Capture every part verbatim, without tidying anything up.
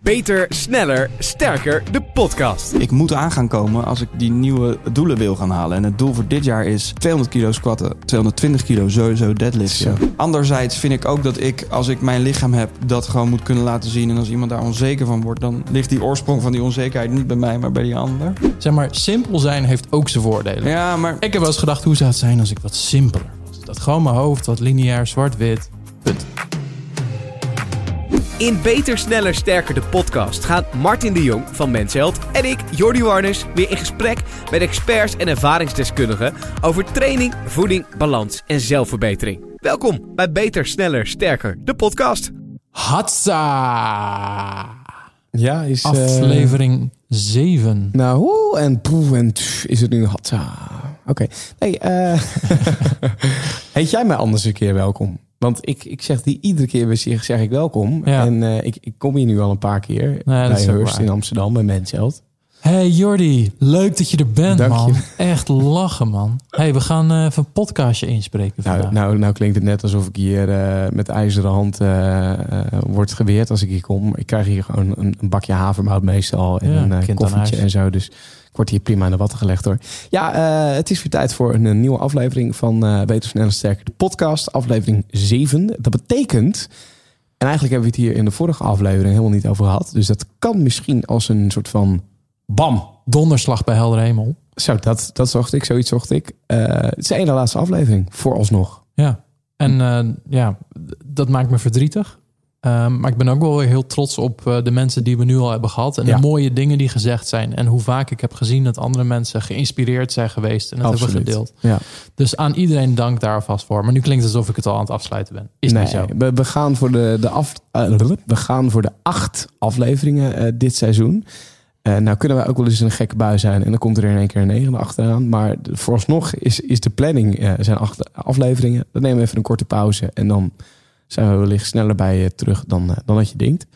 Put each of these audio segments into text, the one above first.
Beter, sneller, sterker, de podcast. Ik moet aan gaan komen als ik die nieuwe doelen wil gaan halen. En het doel voor dit jaar is tweehonderd kilo squatten, tweehonderdtwintig kilo sowieso deadliften. Zo. Anderzijds vind ik ook dat ik, als ik mijn lichaam heb, dat gewoon moet kunnen laten zien. En als iemand daar onzeker van wordt, dan ligt die oorsprong van die onzekerheid niet bij mij, maar bij die ander. Zeg maar, simpel zijn heeft ook zijn voordelen. Ja, maar Ik heb wel eens gedacht, hoe zou het zijn als ik wat simpeler was? Dat gewoon mijn hoofd, wat lineair, zwart-wit, punt. In Beter, sneller, sterker, de podcast gaan Martin de Jong van Mensheld en ik, Jordi Warnes, weer in gesprek met experts en ervaringsdeskundigen over training, voeding, balans en zelfverbetering. Welkom bij Beter, sneller, sterker, de podcast. Hatsa! Ja, is... Uh... Aflevering zeven. Nou, hoe en poef en tf, is het nu een hatsa. Oké. Okay. Hey, uh... heet jij mij anders een keer welkom? Want ik, ik zeg die iedere keer weer zeg, zeg ik welkom. Ja. En uh, ik, ik kom hier nu al een paar keer. Nee, bij Hearst in Amsterdam, bij Mensheld. Hey Jordi, leuk dat je er bent, Dank man. Je. Echt lachen, man. Hey, we gaan uh, even een podcastje inspreken vandaag. Nou, nou, nou klinkt het net alsof ik hier uh, met ijzeren hand uh, uh, word geweerd als ik hier kom. Ik krijg hier gewoon een, een bakje havermout meestal en ja, een uh, koffietje en zo. Dus ik word hier prima aan de watten gelegd, hoor. Ja, uh, het is weer tijd voor een, een nieuwe aflevering van uh, Beter, sneller, sterker, de podcast. Aflevering zeven. Dat betekent... En eigenlijk hebben we het hier in de vorige aflevering helemaal niet over gehad. Dus dat kan misschien als een soort van... Bam! Donderslag bij helder hemel. Zo, dat, dat zocht ik. Zoiets zocht ik. Uh, het is de ene laatste aflevering. Vooralsnog. Ja. En uh, ja, dat maakt me verdrietig. Uh, maar ik ben ook wel weer heel trots op uh, de mensen die we nu al hebben gehad. En ja. de mooie dingen die gezegd zijn. En hoe vaak ik heb gezien dat andere mensen geïnspireerd zijn geweest. En dat Absoluut. hebben gedeeld. Ja. Dus aan iedereen dank daar alvast voor. Maar nu klinkt het alsof ik het al aan het afsluiten ben. Is nee, niet zo. We, we, gaan voor de, de af, uh, we gaan voor de acht afleveringen uh, dit seizoen. Uh, nou kunnen wij ook wel eens een gekke bui zijn. En dan komt er in één keer een negende achteraan. Maar vooralsnog is, is de planning uh, zijn acht afleveringen. Dan nemen we even een korte pauze. En dan zijn we wellicht sneller bij je terug dan, uh, dan dat je denkt.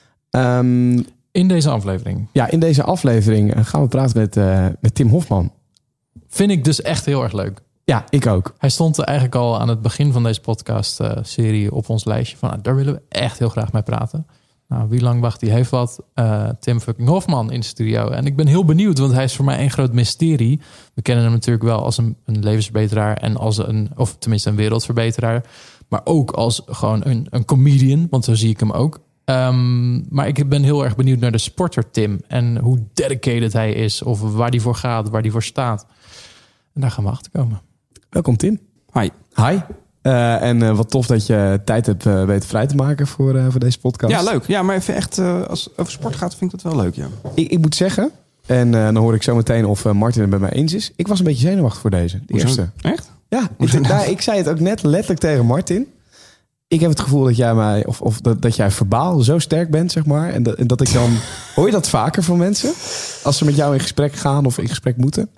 Um, in deze aflevering? Ja, in deze aflevering gaan we praten met, uh, met Tim Hofman. Vind ik dus echt heel erg leuk. Ja, ik ook. Hij stond eigenlijk al aan het begin van deze podcast-serie op ons lijstje. Van, nou, daar willen we echt heel graag mee praten. Nou, wie lang wacht, die heeft wat. Uh, Tim fucking Hofman in de studio. En ik ben heel benieuwd, want hij is voor mij een groot mysterie. We kennen hem natuurlijk wel als een, een levensverbeteraar. En als een, of tenminste een wereldverbeteraar. Maar ook als gewoon een, een comedian, want zo zie ik hem ook. Um, maar ik ben heel erg benieuwd naar de sporter Tim. En hoe dedicated hij is. Of waar hij voor gaat, waar hij voor staat. En daar gaan we achter komen. Welkom Tim. Hi. Hi. Uh, en uh, wat tof dat je tijd hebt uh, weten vrij te maken voor, uh, voor deze podcast. Ja, leuk. Ja, maar even echt, uh, als het over sport gaat, vind ik dat wel leuk, ja. Ik, ik moet zeggen, en uh, dan hoor ik zo meteen of uh, Martin het met mij eens is. Ik was een beetje zenuwachtig voor deze, de Hoezo? eerste. Echt? Ja, ik, nou? nou, ik zei het ook net letterlijk tegen Martin. Ik heb het gevoel dat jij mij, of, of dat, dat jij verbaal zo sterk bent, zeg maar. En dat, en dat ik dan, hoor je dat vaker van mensen? Als ze met jou in gesprek gaan of in gesprek moeten?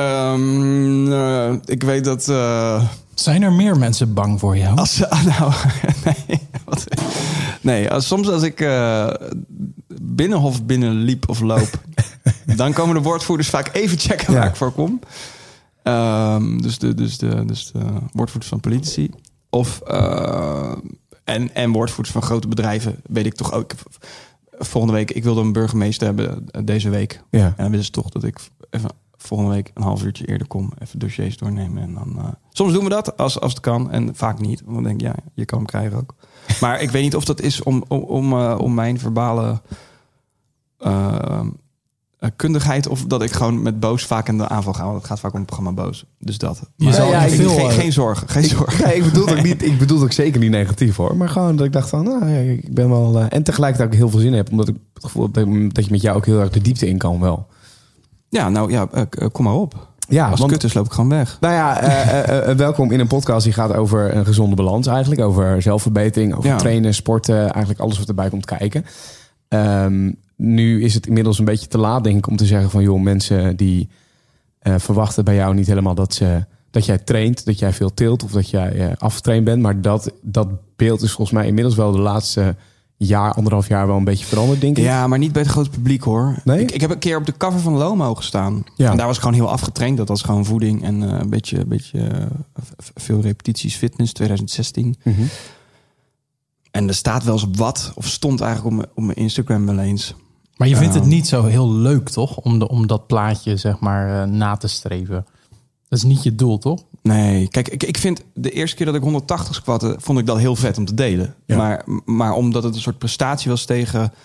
Um, uh, ik weet dat... Uh... Zijn er meer mensen bang voor jou? Als, uh, nou, nee. Wat, nee, als, soms als ik uh, binnenhof binnenliep of loop... dan komen de woordvoerders vaak even checken waar ja. ik voor kom. Um, dus, de, dus, de, dus de woordvoerders van politici. Of, uh, en, en woordvoerders van grote bedrijven, weet ik toch ook. Volgende week, ik wilde een burgemeester hebben deze week. Ja. En dan willen ze toch dat ik even... volgende week een half uurtje eerder kom. Even dossiers doornemen. En dan, uh, soms doen we dat als, als het kan. En vaak niet. Want dan denk ik, ja, je kan hem krijgen ook. Maar ik weet niet of dat is om, om, om, uh, om mijn verbale uh, kundigheid. Of dat ik gewoon met boos vaak in de aanval ga. Want het gaat vaak om het programma Boos. Dus dat. Je maar, zal ja, ik, veel, geen, geen zorgen. Geen zorgen. Nee, ik bedoel het ook niet. Ik bedoel het ook zeker niet negatief, hoor. Maar gewoon dat ik dacht van, nou, ja, ik ben wel... Uh, en tegelijkertijd ook heel veel zin heb. Omdat ik het gevoel heb dat je met jou ook heel erg de diepte in kan wel. Ja, nou ja, uh, kom maar op. Ja, als het kut is, loop ik gewoon weg. Nou ja, uh, uh, uh, welkom in een podcast die gaat over een gezonde balans eigenlijk. Over zelfverbetering, over ja. trainen, sporten. Eigenlijk alles wat erbij komt kijken. Um, nu is het inmiddels een beetje te laat, denk ik, om te zeggen van... joh, mensen die uh, verwachten bij jou niet helemaal dat, ze, dat jij traint. Dat jij veel tilt of dat jij uh, afgetraind bent. Maar dat, dat beeld is volgens mij inmiddels wel de laatste... jaar, anderhalf jaar wel een beetje veranderd, denk ik. Ja, maar niet bij het grote publiek, hoor. Nee? Ik, ik heb een keer op de cover van Lomo gestaan. Ja. En daar was ik gewoon heel afgetraind. Dat was gewoon voeding en uh, een beetje, beetje uh, veel repetities fitness, twintig zestien. Mm-hmm. En er staat wel eens wat, of stond eigenlijk op mijn, op mijn Instagram wel eens. Maar je vindt um, het niet zo heel leuk, toch? Om, de, om dat plaatje, zeg maar, uh, na te streven. Dat is niet je doel, toch? Nee, kijk, ik, ik vind de eerste keer dat ik honderdtachtig squatte, vond ik dat heel vet om te delen. Ja. Maar, maar omdat het een soort prestatie was tegen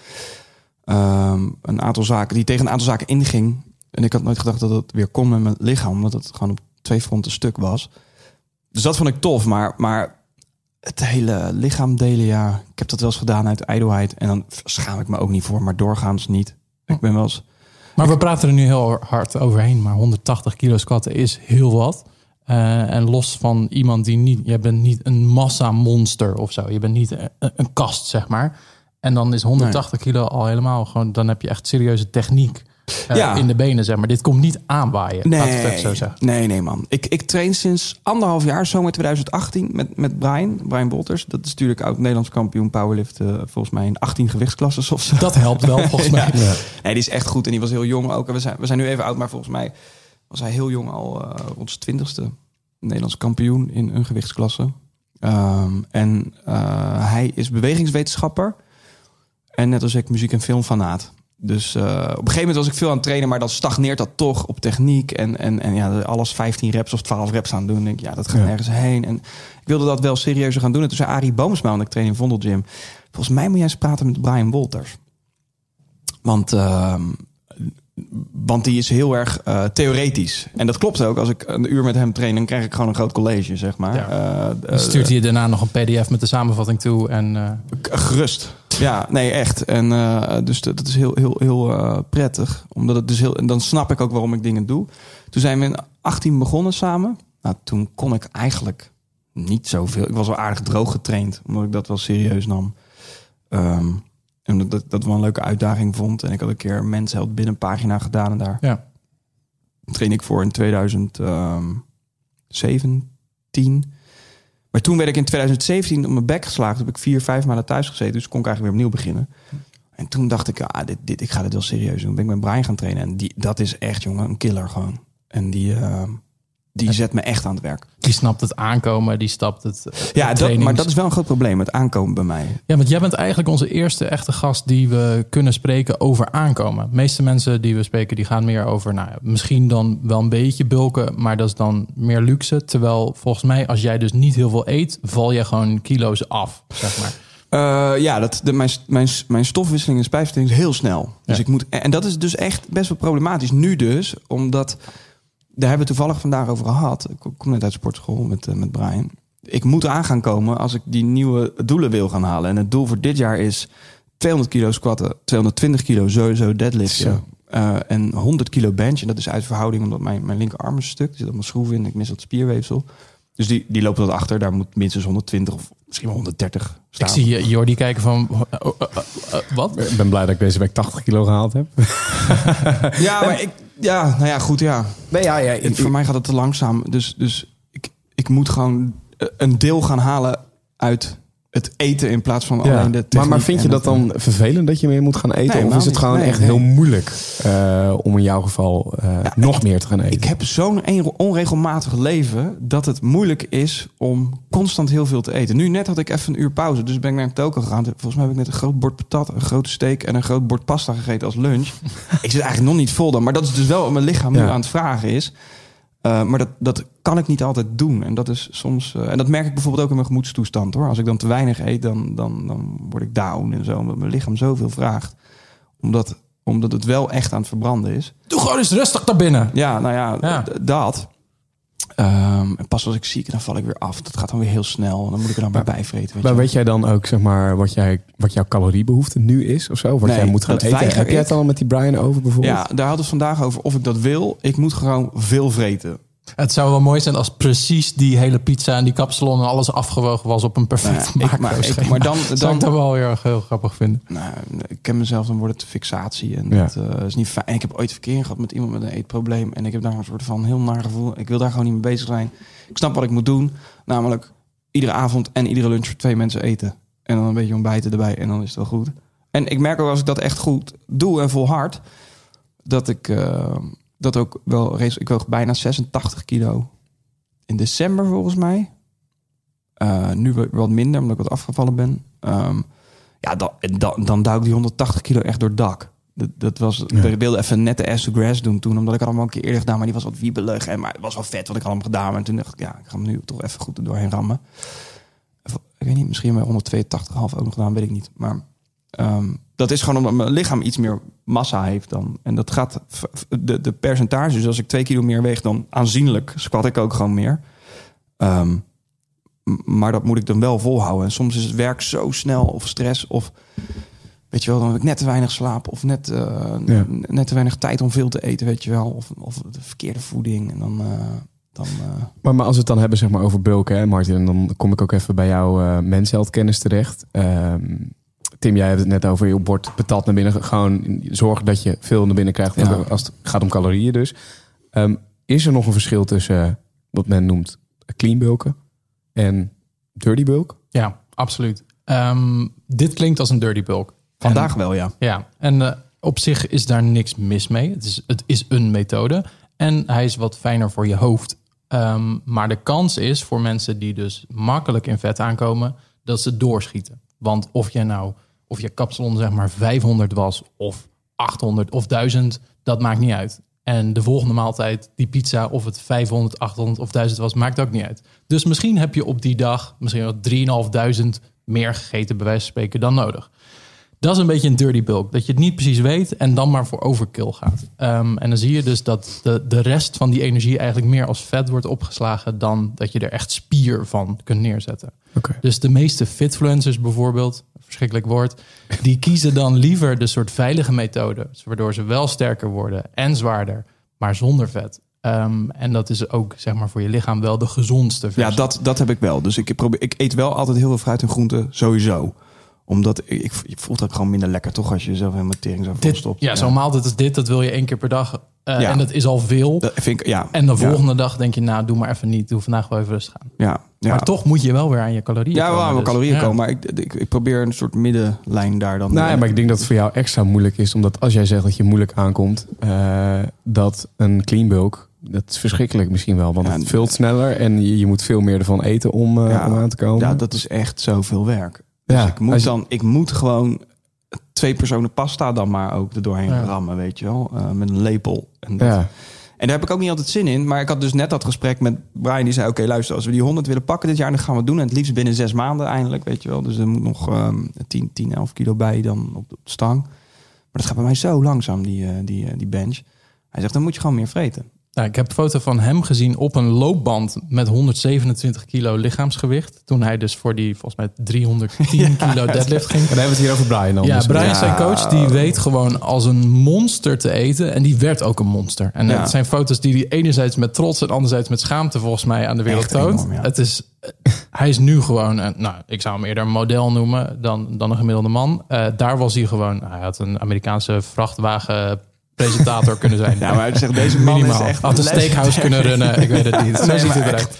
um, een aantal zaken, die tegen een aantal zaken inging. En ik had nooit gedacht dat het weer kon met mijn lichaam, omdat het gewoon op twee fronten stuk was. Dus dat vond ik tof, maar, maar het hele lichaam delen, ja, ik heb dat wel eens gedaan uit ijdelheid. En dan schaam ik me ook niet voor, maar doorgaans niet. Ik ben wel eens... Maar we praten er nu heel hard overheen, maar honderdtachtig kilo squatten is heel wat. Uh, en los van iemand die niet... Je bent niet een massamonster of zo. Je bent niet een, een kast, zeg maar. En dan is honderdtachtig kilo al helemaal gewoon... Dan heb je echt serieuze techniek uh, ja. in de benen, zeg maar. Dit komt niet aanwaaien, nee, laat ik het zo zeggen. Nee, nee, man. Ik, ik train sinds anderhalf jaar, zomer twintig achttien, met, met Brian. Brian Wolters. Dat is natuurlijk oud Nederlands kampioen powerlift. Uh, volgens mij in achttien gewichtsklassen of zo. Dat helpt wel, volgens mij. ja. Ja. Nee, die is echt goed en die was heel jong ook. We zijn, we zijn nu even oud, maar volgens mij... was hij heel jong al uh, rond zijn twintigste Nederlands kampioen in een gewichtsklasse. Um, en uh, hij is bewegingswetenschapper. En net als ik muziek- en filmfanaat. Dus uh, op een gegeven moment was ik veel aan het trainen, maar dan stagneert dat toch op techniek. En, en, en ja, alles vijftien reps of twaalf reps aan doen. En denk ik, ja, dat gaat ja. nergens heen. En ik wilde dat wel serieuzer gaan doen. En toen zei Arie Boomsma, want ik train in Vondel Gym. Volgens mij moet jij eens praten met Brian Wolters. Want... Uh, Want die is heel erg uh, theoretisch. En dat klopt ook. Als ik een uur met hem train, dan krijg ik gewoon een groot college, zeg maar. Ja. Uh, dan stuurt hij je daarna nog een P D F met de samenvatting toe. En, uh... Gerust. Ja, nee, echt. En uh, dus dat is heel, heel, heel uh, prettig. Omdat het dus heel. En dan snap ik ook waarom ik dingen doe. Toen zijn we in achttien begonnen samen. Nou, toen kon ik eigenlijk niet zoveel. Ik was wel aardig droog getraind, omdat ik dat wel serieus nam. Um, En dat, dat wel een leuke uitdaging vond. En ik had een keer een Mensheld binnenpagina gedaan. En daar ja. train ik voor in twintig zeventien. Maar toen werd ik in twintig zeventien op mijn bek geslagen. Toen heb ik vier, vijf maanden thuis gezeten. Dus kon ik eigenlijk weer opnieuw beginnen. En toen dacht ik, ah, dit, dit, ik ga dit wel serieus doen. Toen ben ik met Brian gaan trainen. En die, dat is echt, jongen, een killer gewoon. En die... Uh, Die zet me echt aan het werk. Die snapt het aankomen, die stapt het uh, Ja, dat, maar dat is wel een groot probleem, het aankomen bij mij. Ja, want jij bent eigenlijk onze eerste echte gast die we kunnen spreken over aankomen. De meeste mensen die we spreken, die gaan meer over... Nou, misschien dan wel een beetje bulken, maar dat is dan meer luxe. Terwijl volgens mij, als jij dus niet heel veel eet, val je gewoon kilo's af, zeg maar. Uh, ja, dat, de, mijn, mijn, mijn stofwisseling en spijsvertering is heel snel. Dus ja. ik moet, en dat is dus echt best wel problematisch. Nu dus, omdat... Daar hebben we toevallig vandaag over gehad. Ik kom net uit sportschool met, uh, met Brian. Ik moet aan gaan komen als ik die nieuwe doelen wil gaan halen. En het doel voor dit jaar is tweehonderd kilo squatten, tweehonderdtwintig kilo sowieso deadliften. Uh, en honderd kilo bench. En dat is uit verhouding omdat mijn, mijn linkerarm is stuk. Er zit allemaal schroeven in. Ik mis dat spierweefsel. Dus die, die lopen wat achter. Daar moet minstens honderdtwintig of misschien wel honderddertig staan. Ik zie Jordi kijken van... Uh, uh, uh, uh, wat? Ik ben blij dat ik deze week tachtig kilo gehaald heb. Ja, maar ik... Ja, nou ja, goed, ja. Nee, ja, ja ik, voor mij gaat het te langzaam. Dus, dus ik, ik moet gewoon een deel gaan halen uit het eten in plaats van ja. alleen de techniek. Maar, maar vind je dat dan vervelend dat je meer moet gaan eten? Nee, of is het gewoon nee, echt nee. heel moeilijk uh, om in jouw geval uh, ja, nog ik, meer te gaan eten? Ik heb zo'n onregelmatig leven dat het moeilijk is om constant heel veel te eten. Nu net had ik even een uur pauze, dus ben ik naar een toko gegaan. Volgens mij heb ik net een groot bord patat, een grote steak en een groot bord pasta gegeten als lunch. Ik zit eigenlijk nog niet vol dan, maar dat is dus wel wat mijn lichaam ja. nu aan het vragen is. Uh, maar dat, dat kan ik niet altijd doen. En dat is soms. Uh, en dat merk ik bijvoorbeeld ook in mijn gemoedstoestand hoor. Als ik dan te weinig eet, dan, dan, dan word ik down en zo. Omdat mijn lichaam zoveel vraagt. Omdat, omdat het wel echt aan het verbranden is. Doe gewoon eens rustig daar binnen. Ja, nou ja, ja. D- dat. Um, en pas als ik ziek, dan val ik weer af. Dat gaat dan weer heel snel. En dan moet ik er dan bij bijvreten. Weet maar je weet jij dan ook, zeg maar, wat, jij, wat jouw caloriebehoefte nu is of zo? Wat nee, jij moet gaan eten? Heb jij het al met die Brian over bijvoorbeeld? Ja, daar hadden we het vandaag over of ik dat wil. Ik moet gewoon veel vreten. Het zou wel mooi zijn als precies die hele pizza en die kapsalon en alles afgewogen was op een perfect nou, macro. Maar, ik, maar dan, dan zou ik dat wel heel, heel grappig vinden. Nou, ik ken mezelf, dan wordt het fixatie. En ja. dat uh, is niet fijn. En ik heb ooit verkeering gehad met iemand met een eetprobleem. En ik heb daar een soort van heel naar gevoel. Ik wil daar gewoon niet mee bezig zijn. Ik snap wat ik moet doen. Namelijk iedere avond en iedere lunch voor twee mensen eten. En dan een beetje ontbijten erbij. En dan is het wel goed. En ik merk ook als ik dat echt goed doe en volhard, dat ik... Uh, Dat ook wel, ik woog bijna zesentachtig kilo in december volgens mij. Uh, nu wat minder, omdat ik wat afgevallen ben. Um, ja, dan, dan, dan duik ik die honderdtachtig kilo echt door het dak. Dat, dat was, ja. Ik wilde even net de ass to grass doen toen, omdat ik het allemaal een keer eerder gedaan, maar die was wat wiebelig. En, maar het was wel vet wat ik had hem gedaan. En toen dacht ik, ja, ik ga hem nu toch even goed er doorheen rammen. Ik weet niet, misschien bij honderdtweeëntachtig komma vijf ook nog gedaan, weet ik niet. Maar um, dat is gewoon omdat mijn lichaam iets meer massa heeft dan. En dat gaat, de, de percentage, dus als ik twee kilo meer weeg, dan aanzienlijk squat ik ook gewoon meer. Um, maar dat moet ik dan wel volhouden. En soms is het werk zo snel of stress of... Weet je wel, dan heb ik net te weinig slaap of net, uh, ja. net te weinig tijd om veel te eten, weet je wel. Of, of de verkeerde voeding. En dan, uh, dan, uh... maar, maar als we het dan hebben zeg maar, over bulken, hè, Martin, en dan kom ik ook even bij jouw uh, mensheldkennis terecht. Uh, Tim, jij hebt het net over je bord patat naar binnen. Gewoon zorgen dat je veel naar binnen krijgt ja. als het gaat om calorieën dus. Um, is er nog een verschil tussen uh, wat men noemt clean bulken en dirty bulk? Ja, absoluut. Um, dit klinkt als een dirty bulk. Vandaag en, wel, ja. Ja, en uh, op zich is daar niks mis mee. Het is, het is een methode. En hij is wat fijner voor je hoofd. Um, maar de kans is voor mensen die dus makkelijk in vet aankomen, dat ze doorschieten. Want of je nou, of je kapsalon zeg maar vijfhonderd was, of achthonderd of duizend, dat maakt niet uit. En de volgende maaltijd, die pizza, of het vijfhonderd, achthonderd of duizend was, maakt ook niet uit. Dus misschien heb je op die dag misschien wel drieduizend vijfhonderd meer gegeten, bij wijze van spreken, dan nodig. Dat is een beetje een dirty bulk. Dat je het niet precies weet en dan maar voor overkill gaat. Um, en dan zie je dus dat de, de rest van die energie eigenlijk meer als vet wordt opgeslagen dan dat je er echt spier van kunt neerzetten. Okay. Dus de meeste fitfluencers bijvoorbeeld, verschrikkelijk woord, die kiezen dan liever de soort veilige methode, waardoor ze wel sterker worden en zwaarder, maar zonder vet. Um, en dat is ook zeg maar voor je lichaam wel de gezondste versie. Ja, dat, dat heb ik wel. Dus ik, probeer, ik eet wel altijd heel veel fruit en groenten, sowieso. Omdat ik, ik je voelt het gewoon minder lekker, toch? Als je jezelf helemaal tering zo vol stopt. Ja, ja, zo'n maaltijd is dit. Dat wil je één keer per dag. Uh, ja. En dat is al veel. Dat vind ik, ja. En de volgende ja. dag denk je, nou, doe maar even niet. Doe vandaag wel even rustig aan. Ja, ja. Maar toch moet je wel weer aan je calorieën ja, komen. Ja, wel aan dus. calorieën ja. komen. Maar ik, ik, ik probeer een soort middenlijn daar dan. Nou ja, maar ik denk dat het voor jou extra moeilijk is. Omdat als jij zegt dat je moeilijk aankomt, uh, dat een clean bulk, dat is verschrikkelijk misschien wel. Want ja, het vult sneller en je, je moet veel meer ervan eten om, uh, ja, om aan te komen. Ja, dat is echt zoveel werk. Dus ja, ik, moet je... dan, ik moet gewoon twee personen pasta dan maar ook er doorheen ja. rammen, weet je wel. Uh, met een lepel. En, dat. Ja. en daar heb ik ook niet altijd zin in. Maar ik had dus net dat gesprek met Brian. Die zei, oké, okay, luister, als we die honderd willen pakken dit jaar, dan gaan we het doen. En het liefst binnen zes maanden eindelijk, weet je wel. Dus er moet nog um, tien, tien, elf kilo bij dan op de, op de stang. Maar dat gaat bij mij zo langzaam, die, uh, die, uh, die bench. Hij zegt, dan moet je gewoon meer vreten. Nou, ik heb een foto van hem gezien op een loopband met honderdzevenentwintig kilo lichaamsgewicht. Toen hij dus voor die volgens mij driehonderdtien ja, kilo deadlift ging. En dan hebben we het hier over Brian dan. Ja, dus. Brian, ja. zijn coach, die weet gewoon als een monster te eten. En die werd ook een monster. En ja. het zijn foto's die hij enerzijds met trots en anderzijds met schaamte volgens mij aan de wereld toont. Enorm, ja. Het is, hij is nu gewoon, nou, ik zou hem eerder een model noemen dan, dan een gemiddelde man. Uh, daar was hij gewoon, hij had een Amerikaanse vrachtwagen presentator kunnen zijn. Ja, maar ik zeg, deze man minimaal. is echt... Had een steakhouse kunnen runnen, ik weet het niet. Zo nee, ziet het eruit.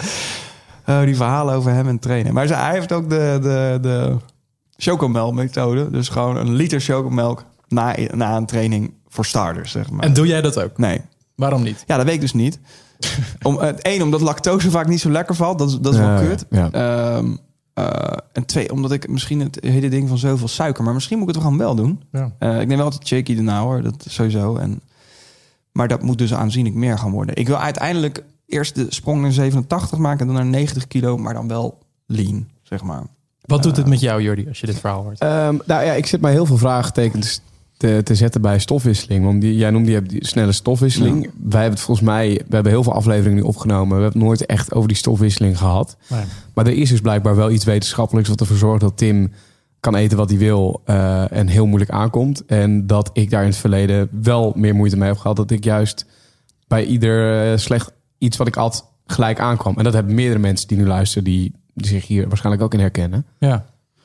Uh, die verhalen over hem en trainen. Maar hij heeft ook de, de, de chocomel-methode. Dus gewoon een liter chocomelk na, na een training voor starters, zeg maar. En doe jij dat ook? Nee. Waarom niet? Ja, dat weet ik dus niet. Om, het één, omdat lactose vaak niet zo lekker valt. Dat is, dat is ja, wel kut. Ja. Um, Uh, en twee, omdat ik misschien het hele ding van zoveel suiker... maar misschien moet ik het gewoon wel doen. Ja. Uh, ik neem wel altijd shaky daarna, hoor. Dat sowieso. En, maar dat moet dus aanzienlijk meer gaan worden. Ik wil uiteindelijk eerst de sprong naar zevenentachtig maken... en dan naar negentig kilo, maar dan wel lean, zeg maar. Wat doet het met jou, Jordi, als je dit verhaal hoort? Um, nou ja, ik zit mij heel veel vraagtekens te, te zetten bij stofwisseling. Want die, jij noemde die, die snelle stofwisseling. Ja. Wij hebben het volgens mij... We hebben heel veel afleveringen nu opgenomen. We hebben het nooit echt over die stofwisseling gehad. Nee. Maar er is dus blijkbaar wel iets wetenschappelijks... wat ervoor zorgt dat Tim kan eten wat hij wil... Uh, en heel moeilijk aankomt. En dat ik daar in het verleden wel meer moeite mee heb gehad. Dat ik juist bij ieder uh, slecht iets wat ik at gelijk aankwam. En dat hebben meerdere mensen die nu luisteren... die, die zich hier waarschijnlijk ook in herkennen. Ja.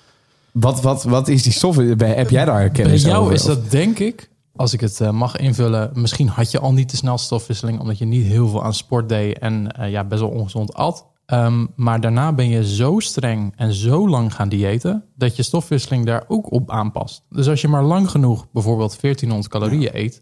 Wat, wat, wat is die stof? Heb jij daar kennis over? Bij jou is dat, denk ik, als ik het uh, mag invullen... misschien had je al niet te snel stofwisseling... omdat je niet heel veel aan sport deed... en uh, ja, best wel ongezond at. Um, maar daarna ben je zo streng en zo lang gaan diëten... dat je stofwisseling daar ook op aanpast. Dus als je maar lang genoeg bijvoorbeeld veertienhonderd calorieën ja. eet...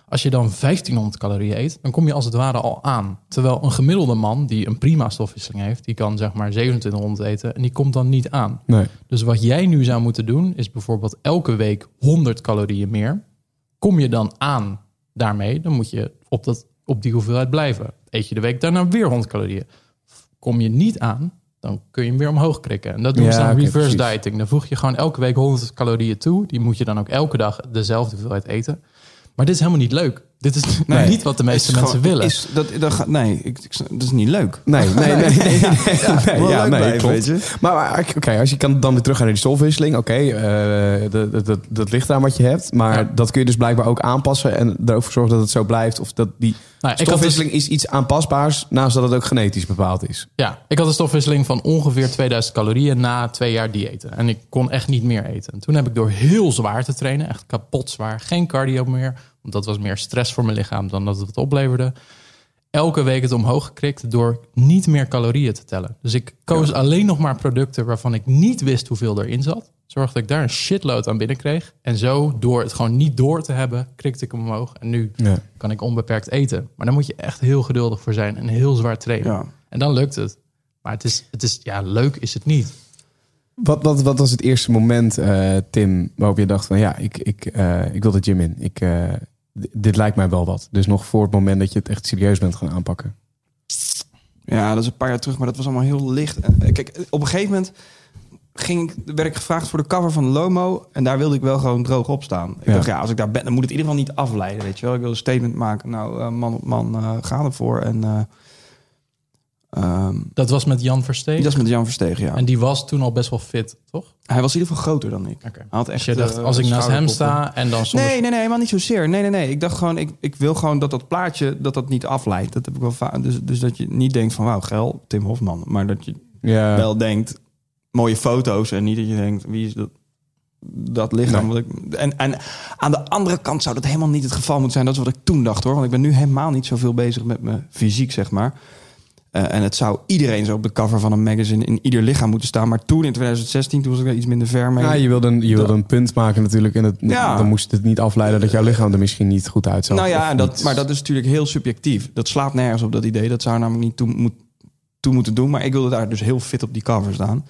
Als je dan vijftienhonderd calorieën eet, dan kom je als het ware al aan. Terwijl een gemiddelde man die een prima stofwisseling heeft, die kan zeg maar zevenentwintighonderd eten en die komt dan niet aan. Nee. Dus wat jij nu zou moeten doen, is bijvoorbeeld elke week honderd calorieën meer. Kom je dan aan daarmee, dan moet je op, dat, op die hoeveelheid blijven. Eet je de week daarna weer honderd calorieën. Kom je niet aan, dan kun je hem weer omhoog krikken. En dat doen Ja, ze dan okay, reverse precies. dieting. Dan voeg je gewoon elke week honderd calorieën toe. Die moet je dan ook elke dag dezelfde hoeveelheid eten. Maar dit is helemaal niet leuk. Dit is Nee, niet wat de meeste is mensen gewoon- willen. Is, dat, dat, gaat- nee, ik, ik, dat is niet leuk. Nee, nee, nee. nee, nee, Ja, nee, wel ja, leuk nee, blijven, klopt. weet je. Maar, maar oké, als je kan dan weer terug gaan naar die stofwisseling. Oké, eh, dat, dat, dat, dat ligt aan wat je hebt. Maar Ja. dat kun je dus blijkbaar ook aanpassen. En ervoor zorgen dat het zo blijft. Of dat die Nou, ik had stofwisseling is iets aanpasbaars. Naast dat het ook genetisch bepaald is. Ja, ik had een stofwisseling van ongeveer tweeduizend calorieën na twee jaar diëten. En ik kon echt niet meer eten. En toen heb ik door heel zwaar te trainen, echt kapot zwaar, geen cardio meer, want dat was meer stress voor mijn lichaam dan dat het het opleverde, elke week het omhoog gekrikt door niet meer calorieën te tellen. Dus ik koos alleen nog maar producten waarvan ik niet wist hoeveel erin zat. Zorgde dat ik daar een shitload aan binnenkreeg. En zo, door het gewoon niet door te hebben, krikte ik hem omhoog. En nu Ja. kan ik onbeperkt eten. Maar daar moet je echt heel geduldig voor zijn en heel zwaar trainen. Ja. En dan lukt het. Maar het is, het is, ja, leuk is het niet. Wat, wat, wat was het eerste moment, uh, Tim, waarop je dacht van ja, ik, ik, uh, ik wil de gym in. Ik, uh, d- dit lijkt mij wel wat. Dus nog voor het moment dat je het echt serieus bent gaan aanpakken. Ja, dat is een paar jaar terug, maar dat was allemaal heel licht. En, kijk, op een gegeven moment ging ik, werd ik gevraagd voor de cover van Lomo. En daar wilde ik wel gewoon droog op staan. Ik Ja. dacht, ja, als ik daar ben, dan moet het in ieder geval niet afleiden. Weet je wel? Ik wil een statement maken. Nou, uh, man op man, uh, ga ervoor. En uh, um, Dat was met Jan Versteeg. dat is met Jan Verstegen, ja. En die was toen al best wel fit, toch? Hij was in ieder geval groter dan ik. Oké. Hij had echt, Dus je dacht, uh, als ik naast hem schouderkoppen. sta en dan soms... Nee, nee, nee, helemaal niet zozeer. Nee, nee, nee. Ik dacht gewoon, ik, ik wil gewoon dat dat plaatje, dat dat niet afleidt. Dat heb ik wel vaak. Dus, dus dat je niet denkt van, wauw, geil, Tim Hofman. Maar dat je Ja. wel denkt, mooie foto's. En niet dat je denkt, wie is dat, dat lichaam? Nee. Wat ik, en, en aan de andere kant zou dat helemaal niet het geval moeten zijn. Dat is wat ik toen dacht, hoor. Want ik ben nu helemaal niet zoveel bezig met mijn fysiek, zeg maar. Uh, en het zou iedereen zo op de cover van een magazine in ieder lichaam moeten staan. Maar toen, in twintig zestien, toen was ik daar iets minder ver mee. Ja, je wilde een, je wilde een punt maken natuurlijk. En het, Ja. dan moest het niet afleiden dat jouw lichaam er misschien niet goed uitzag. Nou ja, Of en dat, niet. maar dat is natuurlijk heel subjectief. Dat slaat nergens op, dat idee. Dat zou namelijk niet toe, moet, toe moeten doen. Maar ik wilde daar dus heel fit op die cover staan.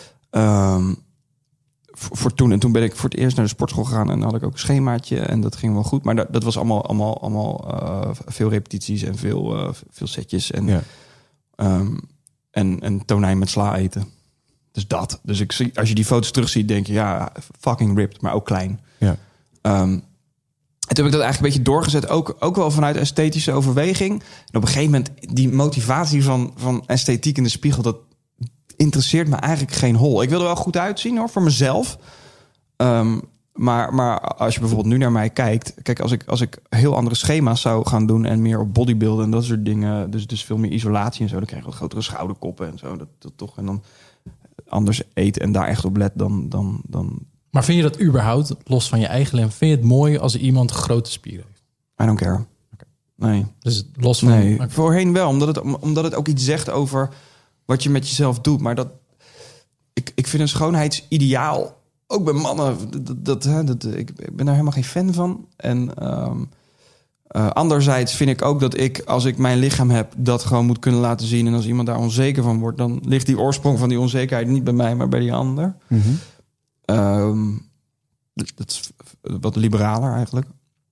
Um, voor, voor toen. En toen ben ik voor het eerst naar de sportschool gegaan. En dan had ik ook een schemaatje. En dat ging wel goed. Maar dat, dat was allemaal, allemaal, allemaal uh, veel repetities en veel, uh, veel setjes. En, Ja. um, en, en tonijn met sla eten. Dus dat. Dus ik zie, als je die foto's terugziet, denk je, ja, fucking ripped, maar ook klein. Ja. Um, en toen heb ik dat eigenlijk een beetje doorgezet. Ook, ook wel vanuit esthetische overweging. En op een gegeven moment, die motivatie van, van esthetiek in de spiegel, dat interesseert me eigenlijk geen hol. Ik wil er wel goed uitzien, hoor, voor mezelf. Um, maar, maar als je bijvoorbeeld nu naar mij kijkt, kijk, als ik, als ik heel andere schema's zou gaan doen en meer op bodybuilden en dat soort dingen, dus, dus veel meer isolatie en zo, dan krijg je wat grotere schouderkoppen en zo. Dat, dat toch. En dan anders eten en daar echt op let dan, dan, dan. Maar vind je dat überhaupt, los van je eigen lichaam, vind je het mooi als iemand grote spieren heeft? I don't care. Nee. Dus los van... Nee, Okay. voorheen wel, omdat het, omdat het ook iets zegt over wat je met jezelf doet. Maar dat, ik, ik vind een schoonheidsideaal, ook bij mannen, dat, dat, dat, dat ik, ik ben daar helemaal geen fan van. En um, uh, anderzijds vind ik ook dat ik, als ik mijn lichaam heb, dat gewoon moet kunnen laten zien. En als iemand daar onzeker van wordt, dan ligt die oorsprong van die onzekerheid niet bij mij, maar bij die ander. Mm-hmm. Um, dat is wat liberaler eigenlijk.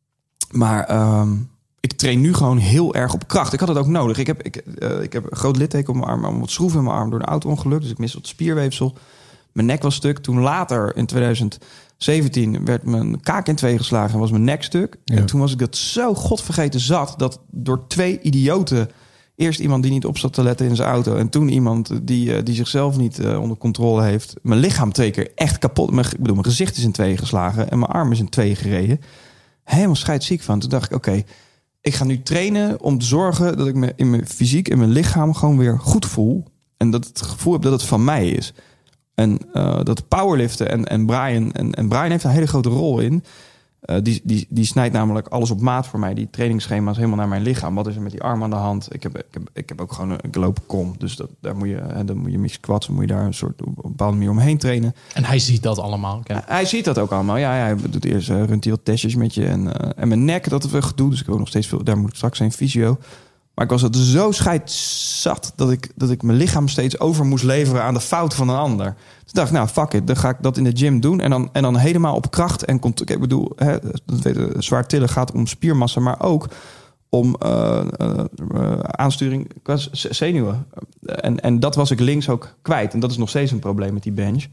Maar um, ik train nu gewoon heel erg op kracht. Ik had het ook nodig. Ik heb, ik, uh, ik heb een groot litteken op mijn arm, wat schroeven in mijn arm door een auto-ongeluk. Dus ik mis wat spierweefsel. Mijn nek was stuk. Toen later, in twintig zeventien, werd mijn kaak in twee geslagen en was mijn nek stuk. Ja. En toen was ik dat zo godvergeten zat, dat door twee idioten, eerst iemand die niet op zat te letten in zijn auto, en toen iemand die, uh, die zichzelf niet uh, onder controle heeft, mijn lichaam twee keer echt kapot. Mijn, ik bedoel, mijn gezicht is in twee geslagen en mijn arm is in twee gereden. Helemaal scheidsziek van. Toen dacht ik, oké, okay, ik ga nu trainen om te zorgen dat ik me in mijn fysiek en mijn lichaam gewoon weer goed voel. En dat het gevoel heb dat het van mij is. En uh, dat powerliften en, en Brian... En, en Brian heeft een hele grote rol in. Uh, die, die, die snijdt namelijk alles op maat voor mij. Die trainingsschema's helemaal naar mijn lichaam. Wat is er met die arm aan de hand? Ik heb, ik heb, ik heb ook gewoon een, ik loop kom. Dus dat, daar moet je, hè, dan moet je met squats, moet je daar een soort op een bepaalde manier omheen trainen. En hij ziet dat allemaal. Okay. Uh, hij ziet dat ook allemaal. Ja, ja hij doet eerst uh, runt hij wat testjes met je en, uh, en mijn nek dat we gedoe. Dus ik heb ook nog steeds veel. Daar moet ik straks zijn fysio. Maar ik was het zo scheidzat dat ik, dat ik mijn lichaam steeds over moest leveren aan de fout van een ander. Dus dacht ik, nou, fuck it, dan ga ik dat in de gym doen. En dan, en dan helemaal op kracht. En komt, ik bedoel, hè, dat weten, zwaar tillen gaat om spiermassa, maar ook om uh, uh, aansturing qua zenuwen. En, en dat was ik links ook kwijt. En dat is nog steeds een probleem met die bench.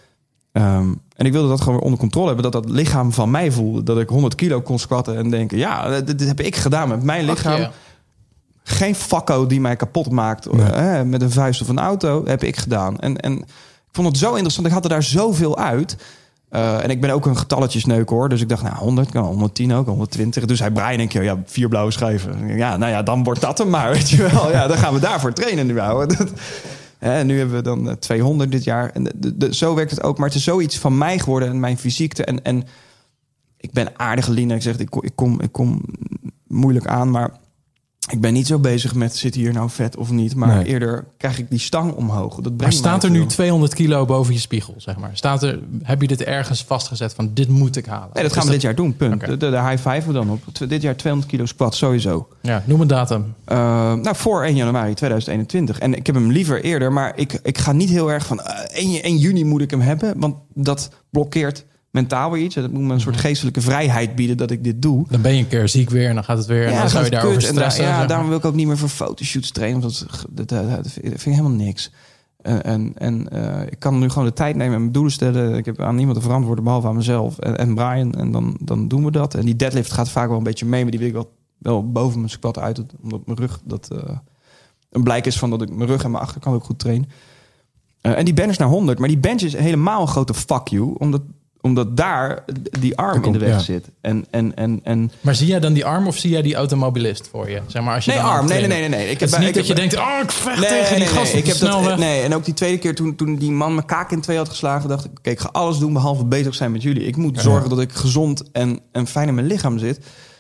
Um, en ik wilde dat gewoon weer onder controle hebben. Dat dat lichaam van mij voelde. Dat ik honderd kilo kon squatten en denken, ja, dit, dit heb ik gedaan met mijn lichaam. Ach, yeah. Geen fakko die mij kapot maakt. Nee. Hè, met een vuist of een auto. Heb ik gedaan. En, en ik vond het zo interessant. Ik had er daar zoveel uit. Uh, en ik ben ook een getalletjesneuk hoor. Dus ik dacht, nou, honderd, kan honderdtien ook, honderdtwintig. Dus hij Brian een keer, ja, vier blauwe schijven. Ja, nou ja, dan wordt dat hem maar, weet je wel. Ja, dan gaan we daarvoor trainen nu, houden. Dat, hè, nu hebben we dan tweehonderd dit jaar. En de, de, de, zo werkt het ook. Maar het is zoiets van mij geworden en mijn fysiek. En, en ik ben aardig lean. Ik zeg, ik kom, ik, kom, ik kom moeilijk aan, maar ik ben niet zo bezig met zit hier nou vet of niet. Maar nee. Eerder krijg ik die stang omhoog. Dat maar staat er nu tweehonderd kilo boven je spiegel, zeg maar? Staat er, heb je dit ergens vastgezet van dit moet ik halen? Nee, dat gaan we dat... dit jaar doen, punt. Okay. De, de, de high five we dan op. Dit jaar tweehonderd kilo squat, sowieso. Ja, noem een datum. Uh, nou, voor één januari tweeduizend eenentwintig. En ik heb hem liever eerder. Maar ik, ik ga niet heel erg van uh, één juni moet ik hem hebben. Want dat blokkeert mentaal weer iets. Dat moet me een soort geestelijke vrijheid bieden dat ik dit doe. Dan ben je een keer ziek weer en dan gaat het weer. Ja, en dan zou je daarover stressen. Da- ja, daarom wil ik ook niet meer voor fotoshoots trainen. Want dat, dat, dat, dat vind ik helemaal niks. En, en, en uh, ik kan nu gewoon de tijd nemen en mijn doelen stellen. Ik heb aan niemand te verantwoorden behalve aan mezelf en, en Brian. En dan, dan doen we dat. En die deadlift gaat vaak wel een beetje mee. Maar die wil ik wel, wel boven mijn squat uit. Omdat mijn rug dat uh, een blijk is van dat ik mijn rug en mijn achterkant ook goed train. Uh, en die bench is naar honderd. Maar die bench is helemaal een grote fuck you. Omdat Omdat daar die arm komt, in de weg ja. zit. En, en, en, en... Maar zie jij dan die arm of zie jij die automobilist voor je? Zeg maar, als je nee, dan arm. Nee, nee, nee, nee, nee. Ik heb heb niet ik dat heb, je denkt, oh, ik vecht nee, tegen nee, die gast nee, op de ik heb snelweg. Dat, nee, en ook die tweede keer toen, toen die man mijn kaak in twee had geslagen, dacht ik, oké, okay, ik ga alles doen behalve bezig zijn met jullie. Ik moet ja, zorgen ja. dat ik gezond en, en fijn in mijn lichaam zit.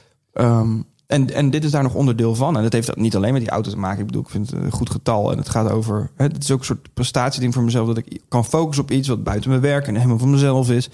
Um, En, en dit is daar nog onderdeel van. En dat heeft niet alleen met die auto te maken. Ik bedoel, ik vind het een goed getal. En het gaat over... Hè, het is ook een soort prestatieding voor mezelf. Dat ik kan focussen op iets wat buiten mijn werk en helemaal van mezelf is.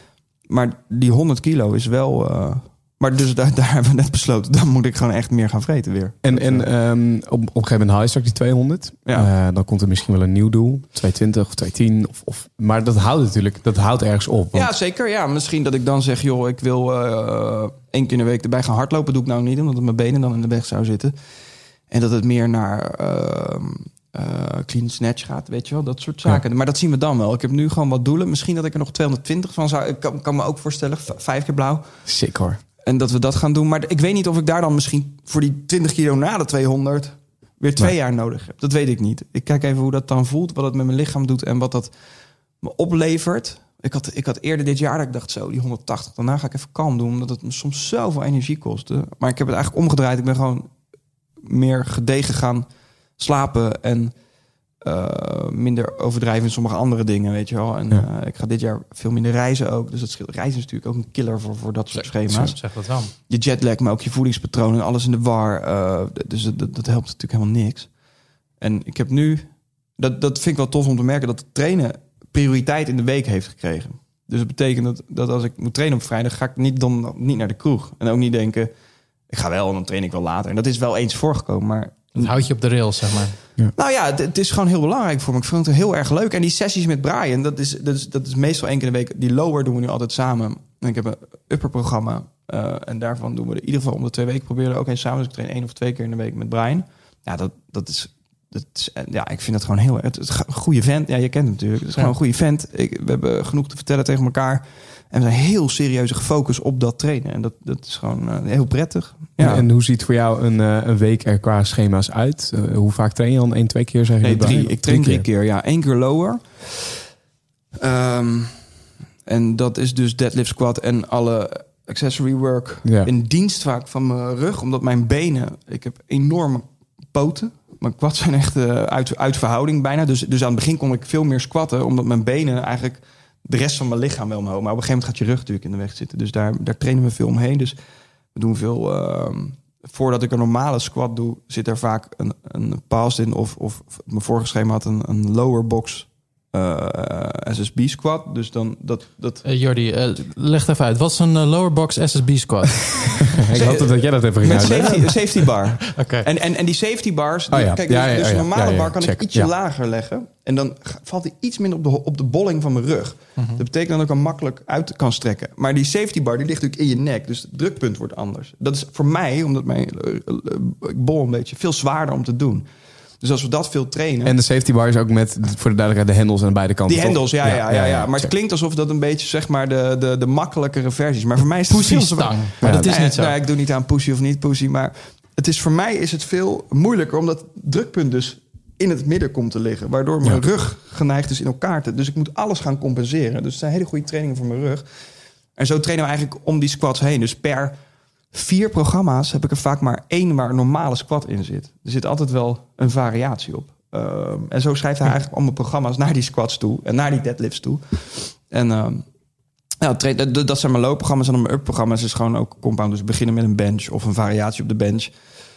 Maar die honderd kilo is wel... Uh, maar dus daar, daar hebben we net besloten. Dan moet ik gewoon echt meer gaan vreten weer. En, en um, op, op een gegeven moment haal je straks die tweehonderd. Ja. Uh, dan komt er misschien wel een nieuw doel. tweehonderdtwintig of tweehonderdtien. Of, of, maar dat houdt natuurlijk... Dat houdt ergens op. Want... Ja, zeker. Ja, misschien dat ik dan zeg... joh, ik wil uh, één keer in de week erbij gaan hardlopen. Doe ik nou niet, omdat mijn benen dan in de weg zou zitten. En dat het meer naar... Uh, Uh, clean snatch gaat, weet je wel, dat soort zaken. Ja. Maar dat zien we dan wel. Ik heb nu gewoon wat doelen. Misschien dat ik er nog tweehonderdtwintig van zou... Ik kan, kan me ook voorstellen, v- vijf keer blauw. Sick hoor. En dat we dat gaan doen. Maar ik weet niet of ik daar dan misschien voor die twintig kilo na de tweehonderd... weer twee nee. jaar nodig heb. Dat weet ik niet. Ik kijk even hoe dat dan voelt, wat het met mijn lichaam doet... en wat dat me oplevert. Ik had, ik had eerder dit jaar dat ik dacht, zo, die honderdtachtig... daarna ga ik even kalm doen, omdat het me soms zoveel energie kostte. Maar ik heb het eigenlijk omgedraaid. Ik ben gewoon meer gedegen gaan... slapen en uh, minder overdrijven in sommige andere dingen, weet je wel. En ja. uh, ik ga dit jaar veel minder reizen ook. Dus dat scheelt. Reizen is natuurlijk ook een killer voor, voor dat soort schema's. Zeg dat wel. Je jetlag, maar ook je voedingspatroon en alles in de war. Uh, dus dat, dat helpt natuurlijk helemaal niks. En ik heb nu... Dat, dat vind ik wel tof om te merken... dat trainen prioriteit in de week heeft gekregen. Dus dat betekent dat, dat als ik moet trainen op vrijdag... ga ik niet, dan, niet naar de kroeg. En ook niet denken... ik ga wel, dan train ik wel later. En dat is wel eens voorgekomen, maar... Dat houdt je op de rails, zeg maar. Ja. Nou ja, het, het is gewoon heel belangrijk voor me. Ik vind het heel erg leuk. En die sessies met Brian, dat is, dat is, dat is meestal één keer in de week. Die lower doen we nu altijd samen. En ik heb een upper programma. Uh, en daarvan doen we in ieder geval om de twee weken proberen we ook eens samen. Dus ik train één of twee keer in de week met Brian. Ja, dat, dat is... Dat is, ja, ik vind het gewoon heel... Het is een goede vent. Ja, je kent hem natuurlijk. Het is gewoon ja. een goede vent. Ik, we hebben genoeg te vertellen tegen elkaar. En we zijn heel serieus gefocust op dat trainen. En dat, dat is gewoon uh, heel prettig. Ja. En, en hoe ziet voor jou een, uh, een week er qua schema's uit? Uh, hoe vaak train je dan? Eén, twee keer zeg je? Nee, drie. Ik train drie keer. keer. Ja, één keer lower. Um, en dat is dus deadlift, squat en alle accessory work ja. in dienst vaak van mijn rug. Omdat mijn benen... Ik heb enorme poten. Mijn quads zijn echt uh, uit, uit verhouding bijna. Dus, dus aan het begin kon ik veel meer squatten. Omdat mijn benen eigenlijk de rest van mijn lichaam wel omhoog. Maar op een gegeven moment gaat je rug natuurlijk in de weg zitten. Dus daar, daar trainen we veel omheen. Dus we doen veel... Uh, voordat ik een normale squat doe, zit er vaak een, een pause in. Of, of mijn vorige schema had een, een lower box uh, S S B squat. Dus dan dat... dat... Uh, Jordi, uh, leg even uit. Wat is een uh, lower box S S B squat? Ik hoop dat jij dat even ging Met safety, safety bar. Okay. En, en, en die safety bars... Die, oh ja. Kijk, ja, dus, ja, dus ja, een normale ja, ja, bar kan check. ik ietsje ja. lager leggen. En dan valt hij iets minder op de, op de bolling van mijn rug. Mm-hmm. Dat betekent dat ik hem makkelijk uit kan strekken. Maar die safety bar die ligt natuurlijk in je nek. Dus het drukpunt wordt anders. Dat is voor mij, omdat mijn ik bol een beetje, veel zwaarder om te doen. Dus als we dat veel trainen... En de safety bar is ook met, voor de duidelijkheid, de hendels aan beide kanten. Die hendels, ja, ja, ja, ja, ja. Maar check. Het klinkt alsof dat een beetje, zeg maar, de, de, de makkelijkere versies. Maar voor mij is het pussy stang. Maar ja, dat is nee, niet zo. Nee, ik doe niet aan pussy of niet pussy. Maar het is, voor mij is het veel moeilijker, omdat het drukpunt dus in het midden komt te liggen. Waardoor mijn ja. rug geneigd is in elkaar te... Dus ik moet alles gaan compenseren. Dus het zijn hele goede trainingen voor mijn rug. En zo trainen we eigenlijk om die squats heen. Dus per vier programma's heb ik er vaak maar één waar een normale squat in zit. Er zit altijd wel een variatie op. Uh, en zo schrijft hij eigenlijk allemaal programma's naar die squats toe. En naar die deadlifts toe. En uh, nou, tra- dat zijn mijn loopprogramma's. En dan mijn up-programma's is gewoon ook compound. Dus beginnen met een bench of een variatie op de bench.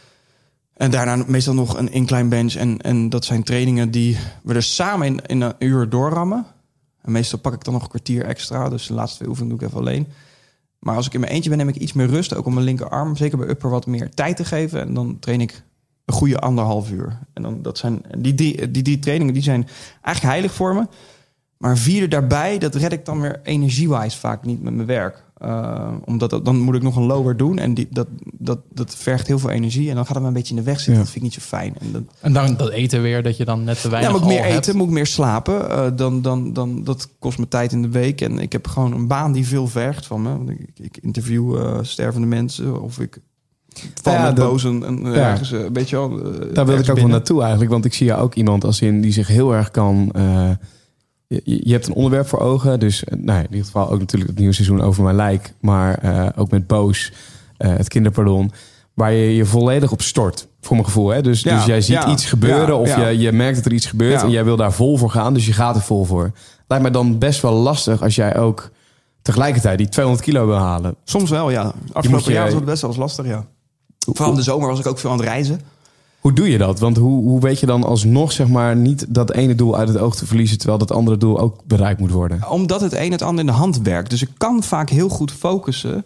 En daarna meestal nog een incline bench. En, en dat zijn trainingen die we er samen in, in een uur doorrammen. En meestal pak ik dan nog een kwartier extra. Dus de laatste twee oefeningen doe ik even alleen. Maar als ik in mijn eentje ben, neem ik iets meer rust. Ook om mijn linkerarm, zeker bij upper, wat meer tijd te geven. En dan train ik een goede anderhalf uur. En dan, dat zijn, die, drie, die drie trainingen die zijn eigenlijk heilig voor me. Maar een vierde daarbij, dat red ik dan weer energie-wise vaak niet met mijn werk. Uh, omdat dat, dan moet ik nog een lower doen. En die, dat, dat, dat vergt heel veel energie. En dan gaat het me een beetje in de weg zitten. Ja. Dat vind ik niet zo fijn. En, dat, en dan dat eten weer, dat je dan net te weinig ja, moet ik meer hebt. eten, moet ik meer slapen. Uh, dan, dan, dan, dat kost me tijd in de week. En ik heb gewoon een baan die veel vergt van me. Want ik, ik interview uh, stervende mensen. Of ik val ja, met dat, boos een, een, ja. ergens een beetje... Uh, Daar wil ik ook wel naartoe eigenlijk. Want ik zie jou ook iemand als in die zich heel erg kan... Uh, Je, je hebt een onderwerp voor ogen. Dus nou, in ieder geval ook natuurlijk het nieuwe seizoen over mijn lijk. Maar uh, ook met Boos, uh, het kinderpardon. Waar je je volledig op stort. Voor mijn gevoel. Hè? Dus, ja, dus jij ziet ja, iets gebeuren. Ja, of ja. Je, je merkt dat er iets gebeurt. Ja. En jij wil daar vol voor gaan. Dus je gaat er vol voor. Lijkt mij dan best wel lastig als jij ook tegelijkertijd die tweehonderd kilo wil halen. Soms wel, ja. Afgelopen jaar was het best wel eens lastig, ja. Vooral in de zomer was ik ook veel aan het reizen. Hoe doe je dat? Want hoe, hoe weet je dan alsnog zeg maar niet dat ene doel uit het oog te verliezen... terwijl dat andere doel ook bereikt moet worden? Omdat het een het ander in de hand werkt. Dus ik kan vaak heel goed focussen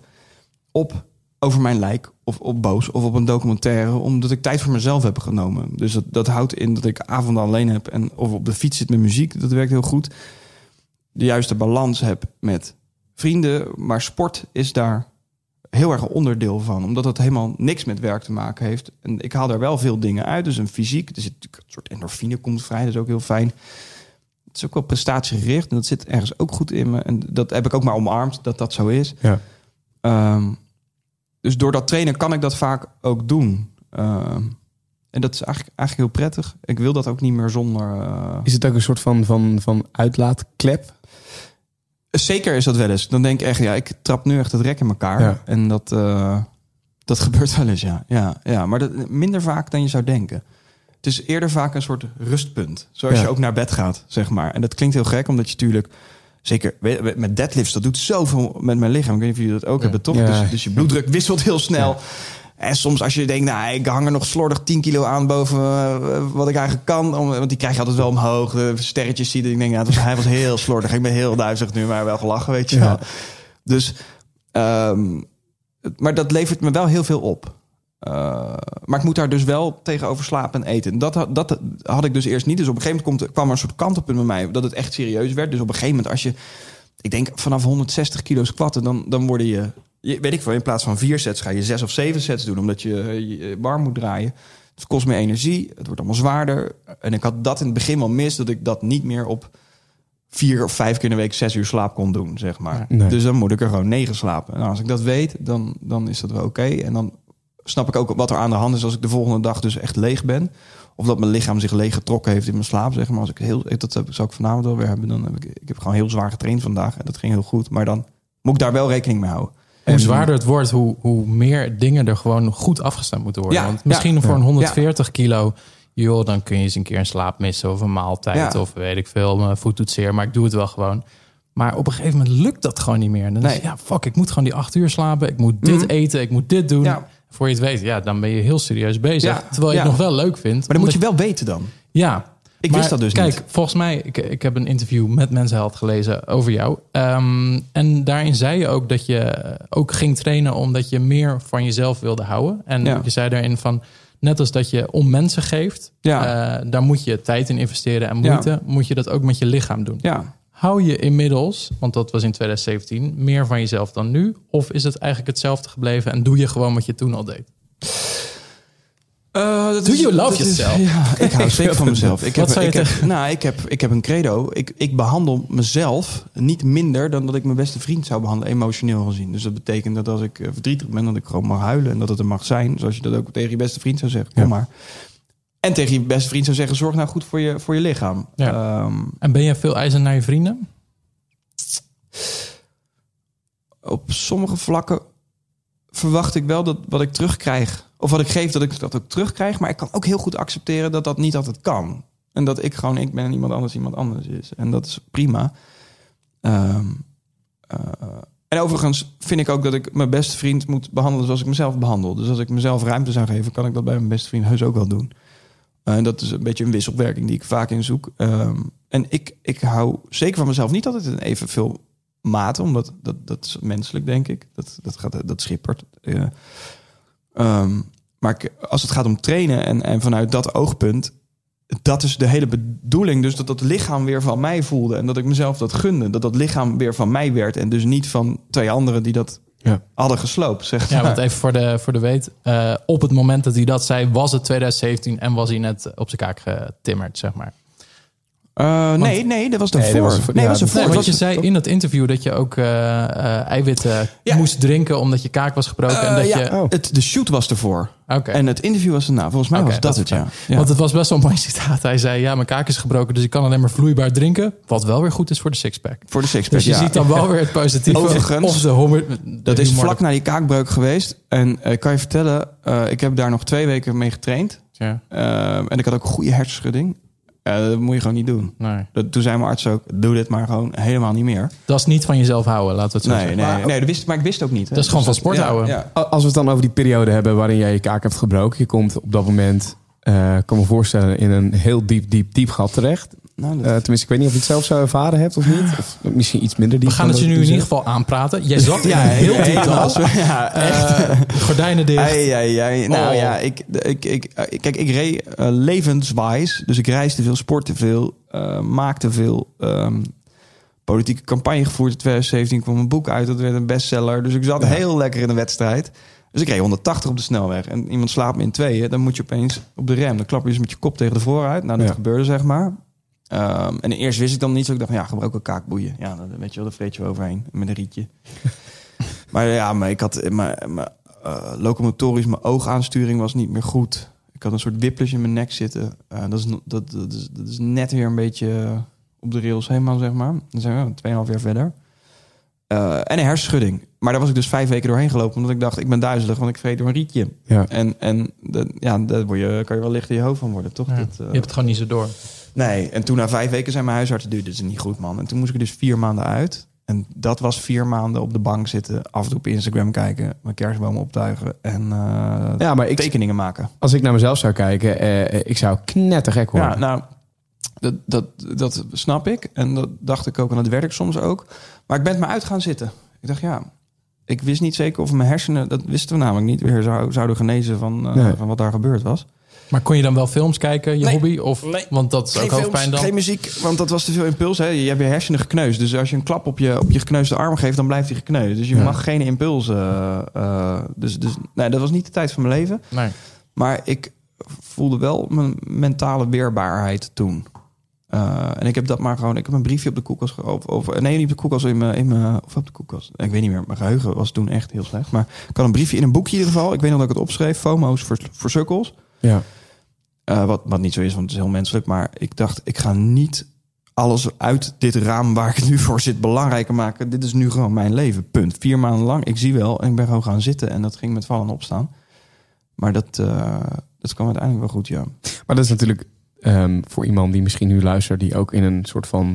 op over mijn lijk of op Boos of op een documentaire... omdat ik tijd voor mezelf heb genomen. Dus dat, dat houdt in dat ik avonden alleen heb en of op de fiets zit met muziek. Dat werkt heel goed. De juiste balans heb met vrienden. Maar sport is daar... heel erg een onderdeel van. Omdat het helemaal niks met werk te maken heeft. En ik haal daar wel veel dingen uit. Dus een fysiek. Er zit een soort endorfine komt vrij. Dat is ook heel fijn. Het is ook wel prestatiegericht. En dat zit ergens ook goed in me. En dat heb ik ook maar omarmd dat dat zo is. Ja. Um, dus door dat trainen kan ik dat vaak ook doen. Um, en dat is eigenlijk, eigenlijk heel prettig. Ik wil dat ook niet meer zonder... Uh... Is het ook een soort van, van, van uitlaatklep? Zeker is dat wel eens. Dan denk ik echt, ja, ik trap nu echt het rek in elkaar. Ja. En dat, uh, dat gebeurt wel eens, ja. ja, ja. Maar dat, minder vaak dan je zou denken. Het is eerder vaak een soort rustpunt. Zoals ja. je ook naar bed gaat, zeg maar. En dat klinkt heel gek, omdat je natuurlijk... Zeker met deadlifts, dat doet zoveel met mijn lichaam. Ik weet niet of jullie dat ook ja. hebben, toch? Ja. Dus, dus je bloeddruk wisselt heel snel. Ja. En soms als je denkt, nou, ik hang er nog slordig tien kilo aan boven uh, wat ik eigenlijk kan. Om, want die krijg je altijd wel omhoog. Uh, sterretjes zie je. Ik denk, ja, was, hij was heel slordig. Ik ben heel duizelig nu, maar wel gelachen, weet je ja. wel. Dus, um, maar dat levert me wel heel veel op. Uh, maar ik moet daar dus wel tegenover slapen en eten. Dat, dat had ik dus eerst niet. Dus op een gegeven moment kwam, kwam er een soort kantelpunt bij mij... dat het echt serieus werd. Dus op een gegeven moment als je... ik denk vanaf honderdzestig kilo squatten... dan, dan worden je... Je, weet ik veel, in plaats van vier sets ga je zes of zeven sets doen... omdat je je bar moet draaien. Het kost meer energie, het wordt allemaal zwaarder. En ik had dat in het begin wel mis... dat ik dat niet meer op vier of vijf keer in de week... zes uur slaap kon doen, zeg maar. Nee. Dus dan moet ik er gewoon negen slapen. Nou, als ik dat weet, dan, dan is dat wel oké. Okay. En dan snap ik ook wat er aan de hand is... als ik de volgende dag dus echt leeg ben... of dat mijn lichaam zich leeg getrokken heeft in mijn slaap, zeg maar. Als ik heel, dat zou ik vanavond wel weer hebben. Dan heb ik, ik heb gewoon heel zwaar getraind vandaag... en dat ging heel goed. Maar dan moet ik daar wel rekening mee houden. Hoe zwaarder het wordt, hoe, hoe meer dingen er gewoon goed afgestemd moeten worden. Ja, Want misschien ja, voor een honderdveertig ja. kilo... joh, dan kun je eens een keer een slaap missen... of een maaltijd, ja. of weet ik veel, mijn voet doet zeer. Maar ik doe het wel gewoon. Maar op een gegeven moment lukt dat gewoon niet meer. En dan nee. is ja, fuck, ik moet gewoon die acht uur slapen. Ik moet dit mm. eten, ik moet dit doen. Ja. Voor je het weet, ja, dan ben je heel serieus bezig. Ja. Terwijl je ja. het nog wel leuk vindt. Maar dan moet je wel weten dan. Ja. Ik maar wist dat dus kijk, niet. Kijk, volgens mij, ik, ik heb een interview met Mensheld gelezen over jou. Um, en daarin zei je ook dat je ook ging trainen omdat je meer van jezelf wilde houden. En ja. je zei daarin van, net als dat je om mensen geeft, ja. uh, daar moet je tijd in investeren en moeite. Ja. Moet je dat ook met je lichaam doen. Ja. Hou je inmiddels, want dat was in twintig zeventien, meer van jezelf dan nu? Of is het eigenlijk hetzelfde gebleven en doe je gewoon wat je toen al deed? Uh, Do you love yourself? Ja, ik hou zeker van mezelf. Ik heb, ik, heb, nou, ik, heb, ik heb een credo. Ik, ik behandel mezelf niet minder dan dat ik mijn beste vriend zou behandelen, emotioneel gezien. Dus dat betekent dat als ik verdrietig ben, dat ik gewoon mag huilen en dat het er mag zijn. Zoals je dat ook tegen je beste vriend zou zeggen. Kom ja. maar. En tegen je beste vriend zou zeggen, zorg nou goed voor je, voor je lichaam. Ja. Um, en ben je veel eisend naar je vrienden? Op sommige vlakken verwacht ik wel dat wat ik terugkrijg, of wat ik geef, dat ik dat ook terugkrijg. Maar ik kan ook heel goed accepteren dat dat niet altijd kan. En dat ik gewoon, ik ben en iemand anders iemand anders is. En dat is prima. Um, uh, en overigens vind ik ook dat ik mijn beste vriend moet behandelen zoals ik mezelf behandel. Dus als ik mezelf ruimte zou geven, kan ik dat bij mijn beste vriend heus ook wel doen. Uh, en dat is een beetje een wisselwerking die ik vaak inzoek. Um, en ik, ik hou zeker van mezelf niet altijd in evenveel mate, omdat dat, dat is menselijk, denk ik. Dat, dat, gaat, dat schippert. Uh, um, maar ik, als het gaat om trainen en, en vanuit dat oogpunt, dat is de hele bedoeling. Dus dat dat lichaam weer van mij voelde en dat ik mezelf dat gunde. Dat dat lichaam weer van mij werd en dus niet van twee anderen die dat ja. hadden gesloopt. Zeg maar. Ja, want even voor de, voor de weet. Uh, op het moment dat hij dat zei, was het twintig zeventien en was hij net op zijn kaak getimmerd, zeg maar. Uh, want, nee, nee, dat was daarvoor. Nee, dat was, nee, ja, was ervoor. Nee, want je zei in dat interview dat je ook uh, uh, eiwitten ja. moest drinken omdat je kaak was gebroken. Uh, en dat ja, je... oh. het, de shoot was ervoor. Okay. En het interview was erna. Volgens mij okay, was dat, dat het, ja. ja. Want het was best wel een mooi citaat. Hij zei, ja, mijn kaak is gebroken, dus ik kan alleen maar vloeibaar drinken. Wat wel weer goed is voor de sixpack. Voor de sixpack, Dus je ja. ziet dan wel weer het positieve. Overigens, of de homer, de dat is vlak na die kaakbreuk geweest. En ik uh, kan je vertellen, uh, ik heb daar nog twee weken mee getraind. Ja. Uh, en ik had ook een goede hersenschudding. Uh, dat moet je gewoon niet doen. Nee. Dat, toen zei mijn arts ook, doe dit maar gewoon helemaal niet meer. Dat is niet van jezelf houden, laten we het zo nee, zeggen. Nee, maar, nee dat wist, maar ik wist ook niet. Hè. Dat is gewoon van sport ja, houden. Ja. Als we het dan over die periode hebben waarin jij je kaak hebt gebroken. Je komt op dat moment, uh, kan me voorstellen, in een heel diep, diep, diep gat terecht. Nou, dat... uh, tenminste, ik weet niet of je het zelf zo ervaren hebt of niet. Of misschien iets minder diep. We gaan het je nu in ieder geval aanpraten. Jij zat ja, heel ja, diep al. Ja, echt. Uh, gordijnen dicht. Ai, ai, ai. Nou oh. ja, ik, ik, ik, kijk, ik reed uh, levenswijs. Dus ik reisde veel, sportte veel, uh, maakte veel. Um, politieke campagne gevoerd. In twintig zeventien kwam een boek uit. Dat werd een bestseller. Dus ik zat ja. heel lekker in de wedstrijd. Dus ik reed honderdtachtig op de snelweg. En iemand slaapt me in tweeën. Dan moet je opeens op de rem. Dan klap je dus met je kop tegen de vooruit. Nou, dat ja. gebeurde zeg maar. Um, en eerst wist ik dan niet. Zo ik dacht van ja, gebroken kaakboeien. Ja, dan weet je wel, daar vreet je overheen. Met een rietje. maar ja, maar ik had... mijn uh, locomotorisch, mijn oogaansturing was niet meer goed. Ik had een soort wipplers in mijn nek zitten. Uh, dat, is, dat, dat, is, dat is net weer een beetje op de rails helemaal, zeg maar. Dan zijn we tweeënhalf jaar verder. Uh, en een hersenschudding. Maar daar was ik dus vijf weken doorheen gelopen. Omdat ik dacht, ik ben duizelig, want ik vreet door een rietje. Ja. En, en de, ja, daar word je, kan je wel licht in je hoofd van worden, toch? Ja. Dat, uh, je hebt het gewoon niet zo door. Nee, en toen na vijf weken zei mijn huisarts, dit is niet goed, man. En toen moest ik dus vier maanden uit. En dat was vier maanden op de bank zitten, af en toe op Instagram kijken, mijn kerstboom optuigen en uh, ja, maar ik, tekeningen maken. Als ik naar mezelf zou kijken, eh, ik zou knettergek worden. Ja, nou, dat, dat, dat snap ik. En dat dacht ik ook en dat werk ik soms ook. Maar ik ben me uit gaan zitten. Ik dacht, ja, ik wist niet zeker of mijn hersenen, dat wisten we namelijk niet, weer zou, zouden genezen van, uh, nee. van wat daar gebeurd was. Maar kon je dan wel films kijken, je nee, hobby? Of, nee, want dat is ook films, hoofdpijn dan? Geen muziek, want dat was te veel impuls. Hè. Je hebt je hersenen gekneusd. Dus als je een klap op je, op je gekneusde arm geeft, dan blijft die gekneusd. Dus je ja. mag geen impulsen. Uh, uh, dus dus nee, dat was niet de tijd van mijn leven. Nee. Maar ik voelde wel mijn mentale weerbaarheid toen. Uh, en ik heb dat maar gewoon... Ik heb een briefje op de koelkast... Of, of, nee, niet op de koelkast, in mijn, in mijn, of op de koelkast. Ik weet niet meer. Mijn geheugen was toen echt heel slecht. Maar ik had een briefje in een boekje in ieder geval. Ik weet nog dat ik het opschreef. FOMO's voor, voor sukkels. Ja. Uh, wat, wat niet zo is, want het is heel menselijk. Maar ik dacht, ik ga niet alles uit dit raam waar ik nu voor zit belangrijker maken. Dit is nu gewoon mijn leven, punt. Vier maanden lang, ik zie wel. En ik ben gewoon gaan zitten. En dat ging met vallen en opstaan. Maar dat, uh, dat kwam uiteindelijk wel goed, ja. Maar dat is natuurlijk um, voor iemand die misschien nu luistert... die ook in een soort van nou,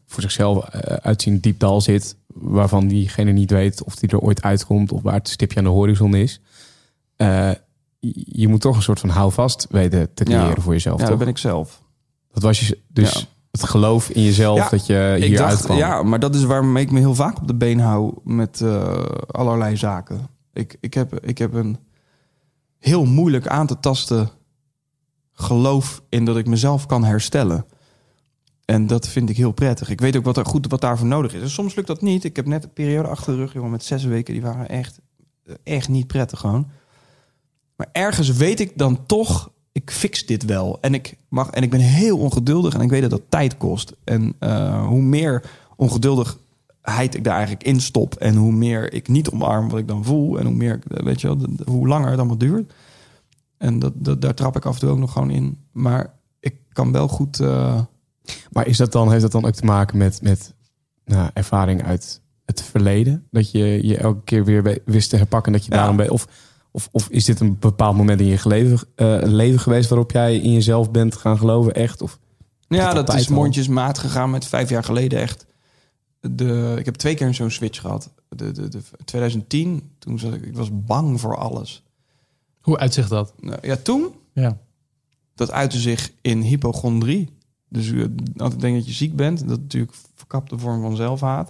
voor zichzelf uh, uitzien diep dal zit, waarvan diegene niet weet of die er ooit uitkomt of waar het stipje aan de horizon is. Uh, je moet toch een soort van houvast weten te creëren ja. voor jezelf. Ja, toch? dat ben ik zelf. Dat was je dus ja. het geloof in jezelf ja, dat je hier uitkwam. Ja, maar dat is waarmee ik me heel vaak op de been hou met uh, allerlei zaken. Ik, ik, heb, ik heb een heel moeilijk aan te tasten geloof in dat ik mezelf kan herstellen. En dat vind ik heel prettig. Ik weet ook wat er goed wat daarvoor nodig is. En soms lukt dat niet. Ik heb net een periode achter de rug, jongen, met zes weken. Die waren echt, echt niet prettig gewoon. Maar ergens weet ik dan toch, ik fix dit wel. En ik mag en ik ben heel ongeduldig en ik weet dat dat tijd kost. En uh, hoe meer ongeduldigheid ik daar eigenlijk in stop en hoe meer ik niet omarm wat ik dan voel en hoe meer, weet je wel, de, de, hoe langer het allemaal duurt. En dat, dat, daar trap ik af en toe ook nog gewoon in. Maar ik kan wel goed. Uh... Maar is dat dan, heeft dat dan ook te maken met, met nou, ervaring uit het verleden? Dat je je elke keer weer wist te herpakken dat je ja. daarom bij of Of, of is dit een bepaald moment in je leven, uh, leven geweest waarop jij in jezelf bent gaan geloven, echt? Of ja, dat is mondjesmaat gegaan met vijf jaar geleden echt. De, ik heb twee keer zo'n switch gehad. De, de, de twintig tien, toen zat ik, ik was bang voor alles. Hoe uitzicht dat? Nou, ja, toen? Ja. Dat uitte zich in hypochondrie. Dus uh, als ik denk dat je ziek bent, dat is natuurlijk een verkapte vorm van zelfhaat.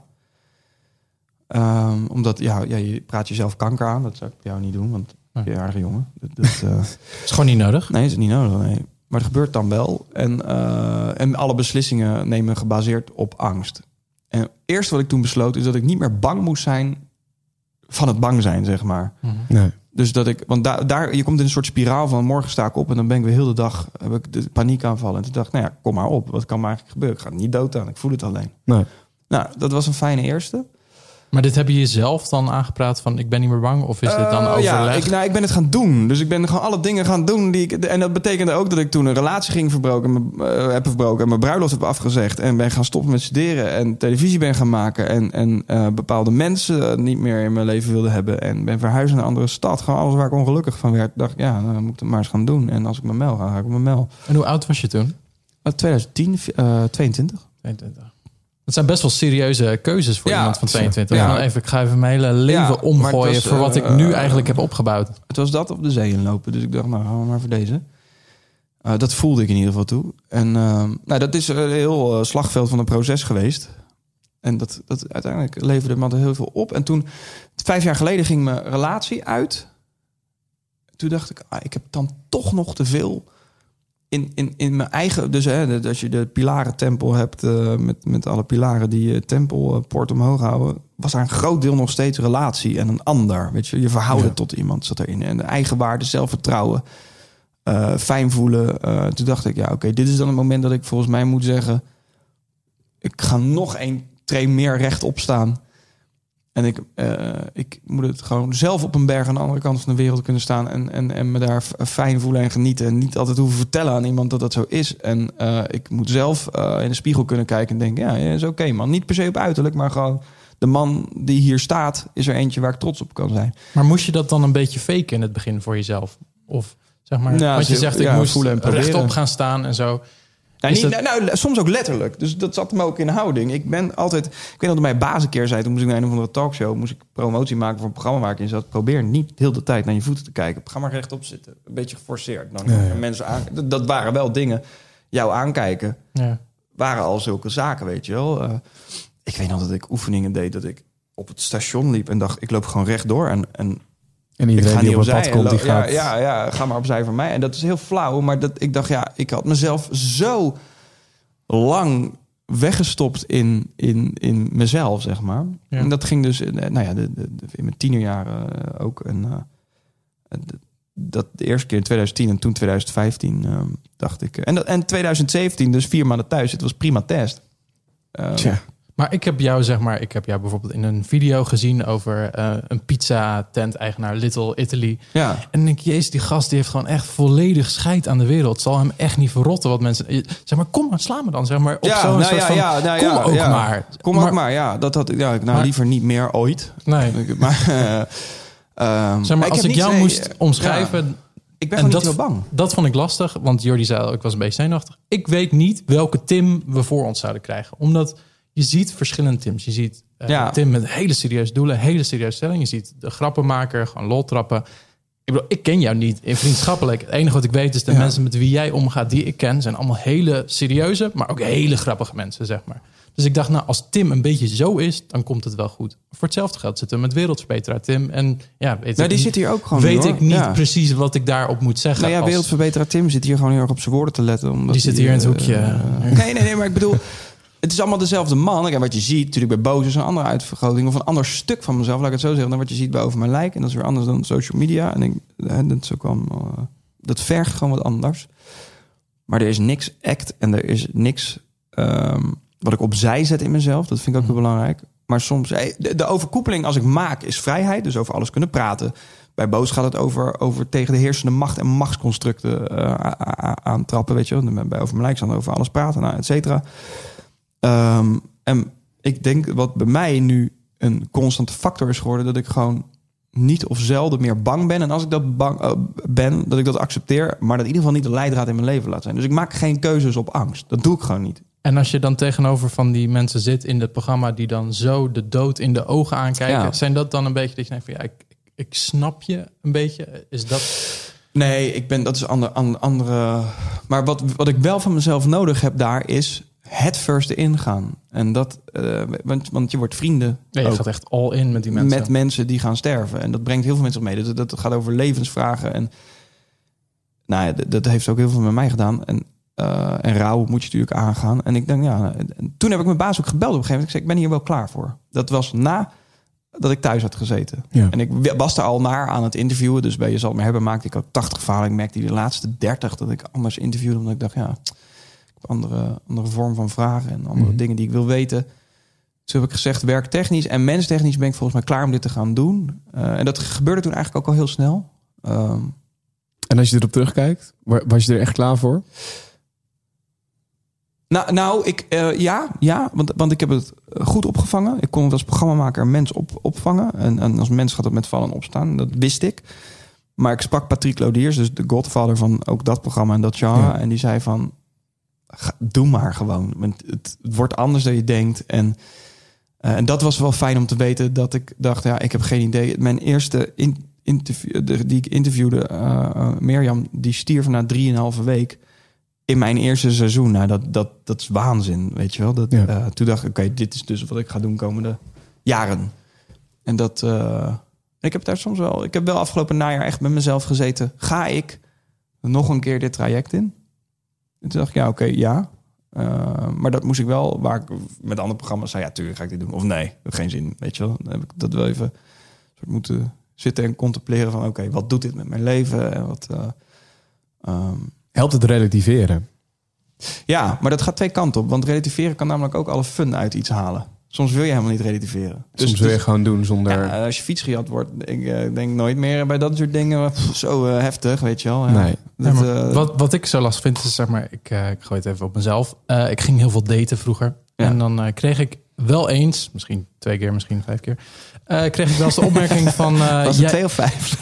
Um, omdat, ja, ja, je praat jezelf kanker aan. Dat zou ik bij jou niet doen, want je bent een aardige jongen. Dat, dat uh... is gewoon niet nodig? Nee, is niet nodig, nee. Maar het gebeurt dan wel. En, uh, en alle beslissingen nemen gebaseerd op angst. En het eerste wat ik toen besloot is dat ik niet meer bang moest zijn van het bang zijn, zeg maar. Mm-hmm. Nee. Dus dat ik, want daar, daar, je komt in een soort spiraal van morgen sta ik op en dan ben ik weer heel de dag, heb ik de paniek aanvallen. En toen dacht ik, nou ja, kom maar op. Wat kan maar eigenlijk gebeuren? Ik ga er niet dood aan. Ik voel het alleen. Nee. Nou, dat was een fijne eerste. Maar dit heb je jezelf dan aangepraat van ik ben niet meer bang? Of is dit dan uh, overleg? Ja, ik, nou, ik ben het gaan doen. Dus ik ben gewoon alle dingen gaan doen die ik... En dat betekende ook dat ik toen een relatie ging verbroken, uh, heb verbroken en mijn bruiloft heb afgezegd en ben gaan stoppen met studeren en televisie ben gaan maken en, en uh, bepaalde mensen niet meer in mijn leven wilde hebben en ben verhuisd naar een andere stad. Gewoon alles waar ik ongelukkig van werd. Ik dacht, ja, dan moet ik het maar eens gaan doen. En als ik mijn mel ga, ga ik mijn mel. En hoe oud was je toen? Uh, twintig tien, uh, tweeëntwintig. tweeëntwintig. Het zijn best wel serieuze keuzes voor ja, iemand van tweeëntwintig. Ja. Even, ik ga even mijn hele leven ja, omgooien was, voor wat ik nu uh, eigenlijk heb opgebouwd. Het was dat op de zee inlopen. Dus ik dacht, nou gaan we maar voor deze. Uh, dat voelde ik in ieder geval toe. En uh, nou, dat is een heel uh, slagveld van een proces geweest. En dat, dat uiteindelijk leverde me heel veel op. En toen, vijf jaar geleden, ging mijn relatie uit. Toen dacht ik, ah, ik heb dan toch nog te veel... In, in, in mijn eigen... Dus hè, als je de pilarentempel hebt... Uh, met, met alle pilaren die je tempelpoort omhoog houden... was daar een groot deel nog steeds relatie en een ander. Weet je, je verhouden ja. tot iemand zat erin. En de eigenwaarde, zelfvertrouwen, uh, fijn voelen. Uh, toen dacht ik, ja, oké, okay, dit is dan het moment dat ik volgens mij moet zeggen... ik ga nog één tree meer rechtop staan... En ik, uh, ik moet het gewoon zelf op een berg aan de andere kant van de wereld kunnen staan... en, en, en me daar fijn voelen en genieten. En niet altijd hoeven vertellen aan iemand dat dat zo is. En uh, ik moet zelf uh, in de spiegel kunnen kijken en denken... ja, ja is oké, okay, man. Niet per se op uiterlijk, maar gewoon... de man die hier staat, is er eentje waar ik trots op kan zijn. Maar moest je dat dan een beetje faken in het begin voor jezelf? Of zeg maar, nou, want je zegt, ik ja, moest voelen en rechtop gaan staan en zo... Nou, niet, dat... nou, soms ook letterlijk. Dus dat zat me ook in de houding. Ik ben altijd... Ik weet dat mijn baas een keer zei... toen moest ik naar een of andere talkshow... moest ik promotie maken voor een programma waar ik in zat. Probeer niet heel de tijd naar je voeten te kijken. Ga maar rechtop zitten. Een beetje geforceerd. Dan ja, ja. Mensen aan, dat waren wel dingen. Jou aankijken. Ja. Waren al zulke zaken, weet je wel. Uh, ik weet nog dat ik oefeningen deed... dat ik op het station liep en dacht... ik loop gewoon rechtdoor en... en En iedereen ik ga die op het pad komt, die gaat... Ja, ja, ja, ga maar opzij van mij. En dat is heel flauw, maar dat, ik dacht, ja, ik had mezelf zo lang weggestopt in, in, in mezelf, zeg maar. Ja. En dat ging dus, nou ja, de, de, de, in mijn tienerjaren ook. En, uh, de, dat de eerste keer in twintig tien en toen twintig vijftien uh, dacht ik... En, dat, en twintig zeventien, dus vier maanden thuis, het was prima test. Uh, Tja. Maar ik heb jou, zeg maar, ik heb jou bijvoorbeeld in een video gezien over uh, een pizza-tent-eigenaar, Little Italy. Ja. En dan denk ik, jezus, die gast die heeft gewoon echt volledig scheid aan de wereld. Het zal hem echt niet verrotten wat mensen... Zeg maar, kom maar, sla me dan, zeg maar, op ja, zo'n nou soort ja, van... Ja, nou kom ja, ook ja. maar. Kom maar, ook maar, ja. Dat had ik ja, nou maar, liever niet meer ooit. Nee. Maar, uh, um, zeg maar, als ik, ik jou moest zei, omschrijven... Ja. Ik ben gewoon niet zo bang. Dat vond ik lastig, want Jordi zei al, ik was een beetje zenuwachtig. Ik weet niet welke Tim we voor ons zouden krijgen. Omdat... je ziet verschillende Tims. Je ziet uh, ja. Tim met hele serieuze doelen, hele serieuze stellingen. Je ziet de grappenmaker, gewoon lol trappen. Ik bedoel, ik ken jou niet in vriendschappelijk. Het enige wat ik weet is de ja. mensen met wie jij omgaat, die ik ken, zijn allemaal hele serieuze, maar ook hele grappige mensen, zeg maar. Dus ik dacht, nou, als Tim een beetje zo is, dan komt het wel goed. Voor hetzelfde geld zit er met wereldverbeteraar Tim. En ja, weet nou, ik die zit hier ook gewoon. Weet nu, ik niet ja. precies wat ik daarop moet zeggen. Nou ja, als... wereldverbeteraar Tim zit hier gewoon heel erg op zijn woorden te letten. Omdat die zit die, hier in het hoekje. Uh, nee, nee, nee, maar ik bedoel, het is allemaal dezelfde man. En wat je ziet, natuurlijk bij Boos is een andere uitvergroting of een ander stuk van mezelf, laat ik het zo zeggen, dan wat je ziet bij Over Mijn Lijk. En dat is weer anders dan social media. En ik, dat, is ook al, uh, dat vergt gewoon wat anders. Maar er is niks act en er is niks um, wat ik opzij zet in mezelf. Dat vind ik ook heel belangrijk. Maar soms, de, de overkoepeling als ik maak is vrijheid. Dus over alles kunnen praten. Bij Boos gaat het over, over tegen de heersende macht en machtsconstructen uh, aantrappen. Weet je wel. Bij Over Mijn Lijk staan over alles praten, nou, et cetera. Um, en ik denk wat bij mij nu een constante factor is geworden, dat ik gewoon niet of zelden meer bang ben. En als ik dat bang uh, ben, dat ik dat accepteer, maar dat in ieder geval niet de leidraad in mijn leven laat zijn. Dus ik maak geen keuzes op angst. Dat doe ik gewoon niet. En als je dan tegenover van die mensen zit in het programma die dan zo de dood in de ogen aankijken, ja. zijn dat dan een beetje dat je denkt van ja, ik, ik snap je een beetje? Is dat... Nee, ik ben, dat is andere, andere... Maar wat, wat ik wel van mezelf nodig heb daar is het first ingaan. En dat, uh, want, want je wordt vrienden. Nee, je gaat echt all in met die mensen. Met mensen die gaan sterven. En dat brengt heel veel mensen mee. Dat, dat gaat over levensvragen. En nou ja, dat, dat heeft ook heel veel met mij gedaan. En, uh, en rouw moet je natuurlijk aangaan. En ik denk, ja, en toen heb ik mijn baas ook gebeld op een gegeven moment. Ik zei, ik ben hier wel klaar voor. Dat was na dat ik thuis had gezeten. Ja. En ik was er al naar aan het interviewen. Dus bij Je Zal Het Maar Hebben maakte ik ook tachtig verhalen. Ik merkte die de laatste dertig dat ik anders interviewde. Omdat ik dacht, ja, andere, andere vorm van vragen en andere mm. dingen die ik wil weten. Dus heb ik gezegd, werktechnisch en menstechnisch ben ik volgens mij klaar om dit te gaan doen. Uh, en dat gebeurde toen eigenlijk ook al heel snel. Um, en als je erop terugkijkt, was je er echt klaar voor? Nou, nou ik, uh, ja, ja want, want ik heb het goed opgevangen. Ik kon het als programmamaker een mens op, opvangen. En, en als mens gaat het met vallen en opstaan. Dat wist ik. Maar ik sprak Patrick Lodiers, dus de godvader van ook dat programma en dat genre. Ja. En die zei van, ga, doe maar gewoon. Het, het, het wordt anders dan je denkt. En, uh, en dat was wel fijn om te weten dat ik dacht, ja, ik heb geen idee. Mijn eerste in, interview, de, die ik interviewde, uh, uh, Mirjam, die stierf na drieënhalve week. In mijn eerste seizoen, nou, dat, dat, dat is waanzin, weet je wel. Dat, ja. uh, toen dacht ik, oké, okay, dit is dus wat ik ga doen komende jaren. En dat, uh, ik heb daar soms wel, ik heb wel afgelopen najaar echt met mezelf gezeten. Ga ik nog een keer dit traject in? En toen dacht ik, ja, oké, okay, ja. Uh, maar dat moest ik wel, waar ik met andere programma's zei, ja, tuurlijk ga ik dit doen. Of nee, dat geen zin, weet je wel. Dan heb ik dat wel even soort moeten zitten en contempleren van, oké, okay, wat doet dit met mijn leven? En wat... Uh, um, Helpt het relativeren? Ja, maar dat gaat twee kanten op. Want relativeren kan namelijk ook alle fun uit iets halen. Soms wil je helemaal niet relativeren. Soms dus, wil je dus, gewoon doen zonder... Ja, als je fietsgejat wordt, ik uh, denk nooit meer bij dat soort dingen. Pff, zo uh, heftig, weet je wel. Ja, nee. Dat, ja, uh, wat, wat ik zo lastig vind, is zeg maar... Ik, uh, ik gooi het even op mezelf. Uh, ik ging heel veel daten vroeger. Ja. En dan uh, kreeg ik wel eens, misschien twee keer, misschien vijf keer... Uh, kreeg ik wel eens de opmerking van... Uh, Was het jij... twee of vijf?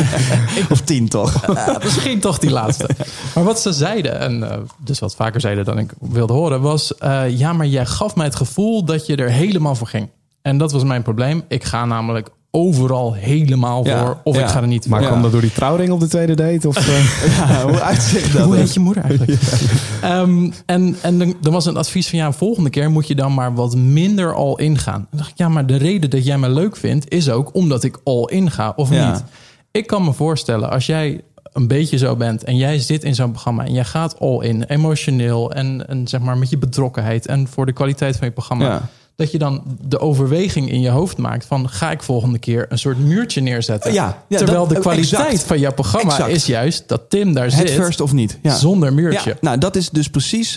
Of tien toch? Uh, misschien toch die laatste. Maar wat ze zeiden, en uh, dus wat vaker zeiden dan ik wilde horen... was, uh, ja, maar jij gaf mij het gevoel dat je er helemaal voor ging. En dat was mijn probleem. Ik ga namelijk overal helemaal ja, voor. Of ja. ik ga er niet voor. Maar kwam ja. dat door die trouwring op de tweede date? Of, uh... ja, hoe uitzicht dat? Hoe heet je moeder eigenlijk? Ja. Um, en en dan, dan was een advies van... ja, volgende keer moet je dan maar wat minder al ingaan. Dan dacht ik, ja, maar de reden dat jij me leuk vindt... is ook omdat ik al inga of ja. niet. Ik kan me voorstellen, als jij een beetje zo bent... en jij zit in zo'n programma en jij gaat all in... emotioneel en, en zeg maar met je betrokkenheid... en voor de kwaliteit van je programma... Ja. dat je dan de overweging in je hoofd maakt van... ga ik volgende keer een soort muurtje neerzetten? Ja, ja, Terwijl dat, de kwaliteit exact. van jouw programma exact. is juist... dat Tim daar Het zit first of niet. Ja. Zonder muurtje. Ja, nou, dat is dus precies...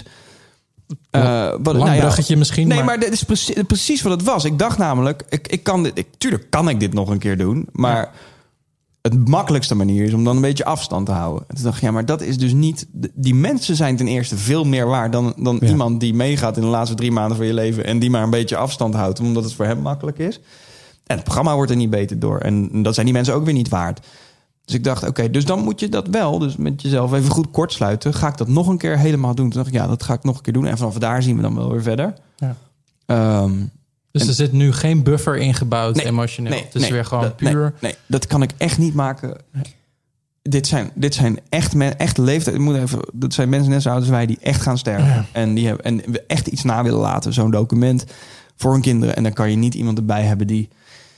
Uh, wat, Lang nou bruggetje ja, misschien. Nee, maar, maar dit is precies, precies wat het was. Ik dacht namelijk... Ik, ik kan dit, ik, tuurlijk kan ik dit nog een keer doen. Maar ja. het makkelijkste manier is om dan een beetje afstand te houden. En toen dacht ik, ja, maar dat is dus niet... Die mensen zijn ten eerste veel meer waard... dan, dan ja. iemand die meegaat in de laatste drie maanden van je leven... en die maar een beetje afstand houdt... omdat het voor hem makkelijk is. En het programma wordt er niet beter door. En dat zijn die mensen ook weer niet waard. Dus ik dacht, oké, okay, dus dan moet je dat wel... dus met jezelf even goed kortsluiten. Ga ik dat nog een keer helemaal doen? Toen dacht ik, ja, dat ga ik nog een keer doen. En vanaf daar zien we dan wel weer verder. Ja. Um, dus en, er zit nu geen buffer ingebouwd nee, emotioneel. Nee, het is nee, weer gewoon dat, puur... Nee, nee, dat kan ik echt niet maken. Dit zijn, dit zijn echt, men, echt leeftijd. Ik moet even, dat zijn mensen net zo oud als wij die echt gaan sterven. Ja. En die hebben en we echt iets na willen laten. Zo'n document voor hun kinderen. En dan kan je niet iemand erbij hebben die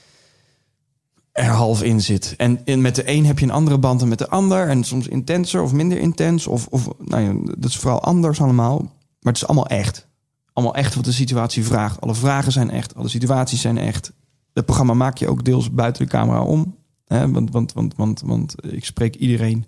er half in zit. En, en met de een heb je een andere band dan met de ander. En soms intenser of minder intens. Of, of nou ja, dat is vooral anders allemaal. Maar het is allemaal echt. Allemaal echt wat de situatie vraagt. Alle vragen zijn echt. Alle situaties zijn echt. Het programma maak je ook deels buiten de camera om. Hè? Want, want, want, want, want ik spreek iedereen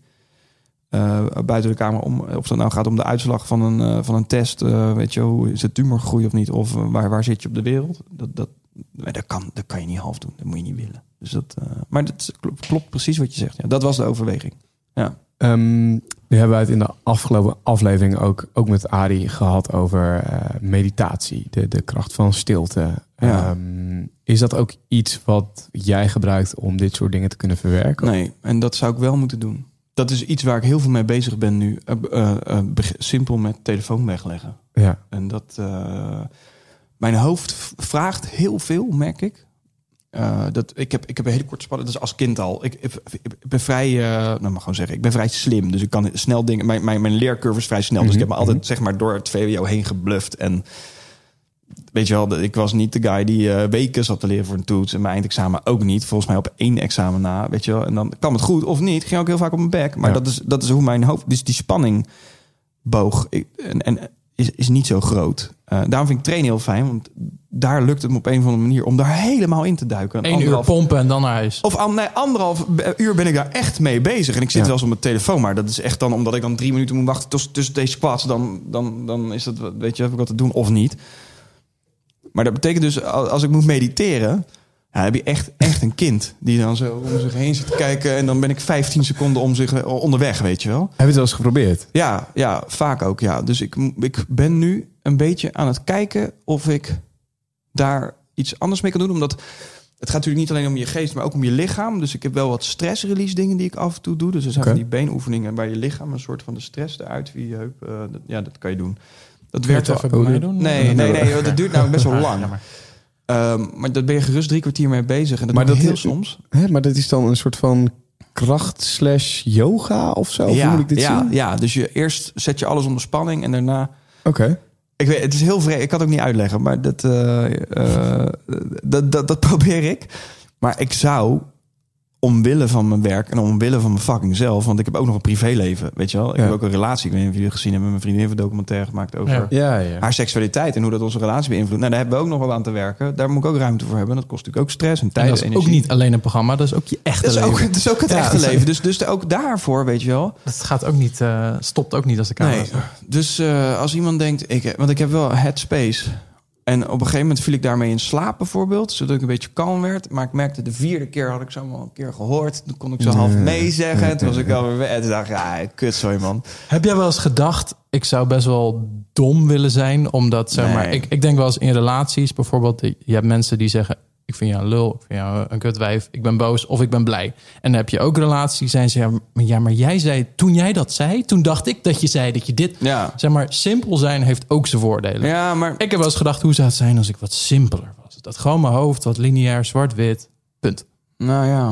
uh, buiten de camera om. Of dat nou gaat om de uitslag van een, uh, van een test. Uh, weet je, hoe is het tumorgroei of niet? Of uh, waar, waar zit je op de wereld? Dat, dat, dat, kan, dat kan je niet half doen. Dat moet je niet willen. Dus dat, uh, maar dat klopt, klopt precies wat je zegt. Ja, dat was de overweging. Ja. Um, nu hebben we het in de afgelopen aflevering ook, ook met Arie gehad over uh, meditatie. De, de kracht van stilte. Ja. Um, is dat ook iets wat jij gebruikt om dit soort dingen te kunnen verwerken? Nee, en dat zou ik wel moeten doen. Dat is iets waar ik heel veel mee bezig ben nu. Uh, uh, uh, simpel met telefoon wegleggen. Ja. En dat... Uh, mijn hoofd vraagt heel veel, merk ik. Uh, dat, ik, heb, ik heb een hele korte spanning. Dus als kind al. Ik, ik, ik ben vrij, uh, nou maar gewoon zeggen, ik ben vrij slim. Dus ik kan snel dingen. Mijn, mijn, mijn leercurve is vrij snel. Mm-hmm. Dus ik heb me altijd zeg maar door het V W O heen gebluft. En weet je wel, ik was niet de guy die uh, weken zat te leren voor een toets. En mijn eindexamen ook niet. Volgens mij op één examen na. Weet je wel. En dan kwam het goed of niet. Ging ook heel vaak op mijn bek. Maar ja. dat, is, dat is hoe mijn hoofd. Dus die spanning boog. Ik, en, en is, is niet zo groot. Uh, daarom vind ik trainen heel fijn. Want daar lukt het me op een of andere manier om daar helemaal in te duiken. Eén uur pompen en dan naar huis. Of nee, anderhalf uur ben ik daar echt mee bezig. En ik zit ja. wel eens op mijn telefoon. Maar dat is echt dan omdat ik dan drie minuten moet wachten tussen, tussen deze squats. Dan, dan, dan is dat, weet je, heb ik wat te doen of niet. Maar dat betekent dus, als ik moet mediteren... Ja, heb je echt, echt een kind die dan zo om zich heen zit te kijken... en dan ben ik vijftien seconden om zich onderweg, weet je wel. Heb je het wel eens geprobeerd? Ja, ja, vaak ook, ja. Dus ik, ik ben nu een beetje aan het kijken of ik daar iets anders mee kan doen. Omdat het gaat natuurlijk niet alleen om je geest, maar ook om je lichaam. Dus ik heb wel wat stress-release dingen die ik af en toe doe. Dus er zijn okay. die beenoefeningen waar je lichaam een soort van de stress eruit via je heup... Uh, dat, ja, dat kan je doen. Dat werkt wel. Even bij mij doen? Nee, nee, nee, nee, dat duurt nou best wel lang. Um, maar daar ben je gerust drie kwartier mee bezig. En dat maar doe dat heel is, soms. Hè, maar dat is dan een soort van kracht slash yoga of zo? Ja, hoe moet ik dit ja, zien? ja, dus je eerst zet je alles onder spanning en daarna... Oké. Okay. Ik weet, het is heel vreemd. Ik kan het ook niet uitleggen, maar dat, uh, uh, dat, dat, dat probeer ik. Maar ik zou, omwille van mijn werk en omwille van mijn fucking zelf... want ik heb ook nog een privéleven, weet je wel. Ik ja. heb ook een relatie. Ik weet niet of jullie gezien hebben. Mijn vriendin heeft een documentaire gemaakt over ja. Ja, ja. haar seksualiteit... en hoe dat onze relatie beïnvloedt. Nou, daar hebben we ook nog wel aan te werken. Daar moet ik ook ruimte voor hebben. Dat kost natuurlijk ook stress en tijd en dat is energie. ook niet alleen een programma, dat is ook je echte dat is leven. Ook, dat is ook het ja, echte leven. Dus, dus ook daarvoor, weet je wel. Het gaat ook niet, uh, stopt ook niet als de camera nee. Dus uh, als iemand denkt... Ik, want ik heb wel Headspace... En op een gegeven moment viel ik daarmee in slaap bijvoorbeeld. Zodat ik een beetje kalm werd. Maar ik merkte de vierde keer had ik zo al een keer gehoord. Toen kon ik zo half mee zeggen. Nee, toen was ik alweer weg. En toen dacht ik, ja, kut, sorry man. Heb jij wel eens gedacht, ik zou best wel dom willen zijn? Omdat, zeg maar, nee. ik, ik denk wel eens in relaties bijvoorbeeld. Je hebt mensen die zeggen, ik vind jou een lul. Ik vind jou een kutwijf. Ik ben boos of ik ben blij. En dan heb je ook relaties die zijn, ja, maar jij zei, toen jij dat zei, toen dacht ik dat je zei dat je dit... Ja. Zeg maar, simpel zijn heeft ook zijn voordelen. Ja, maar... Ik heb wel eens gedacht, hoe zou het zijn als ik wat simpeler was? Dat gewoon mijn hoofd, wat lineair, zwart-wit, punt. Nou ja.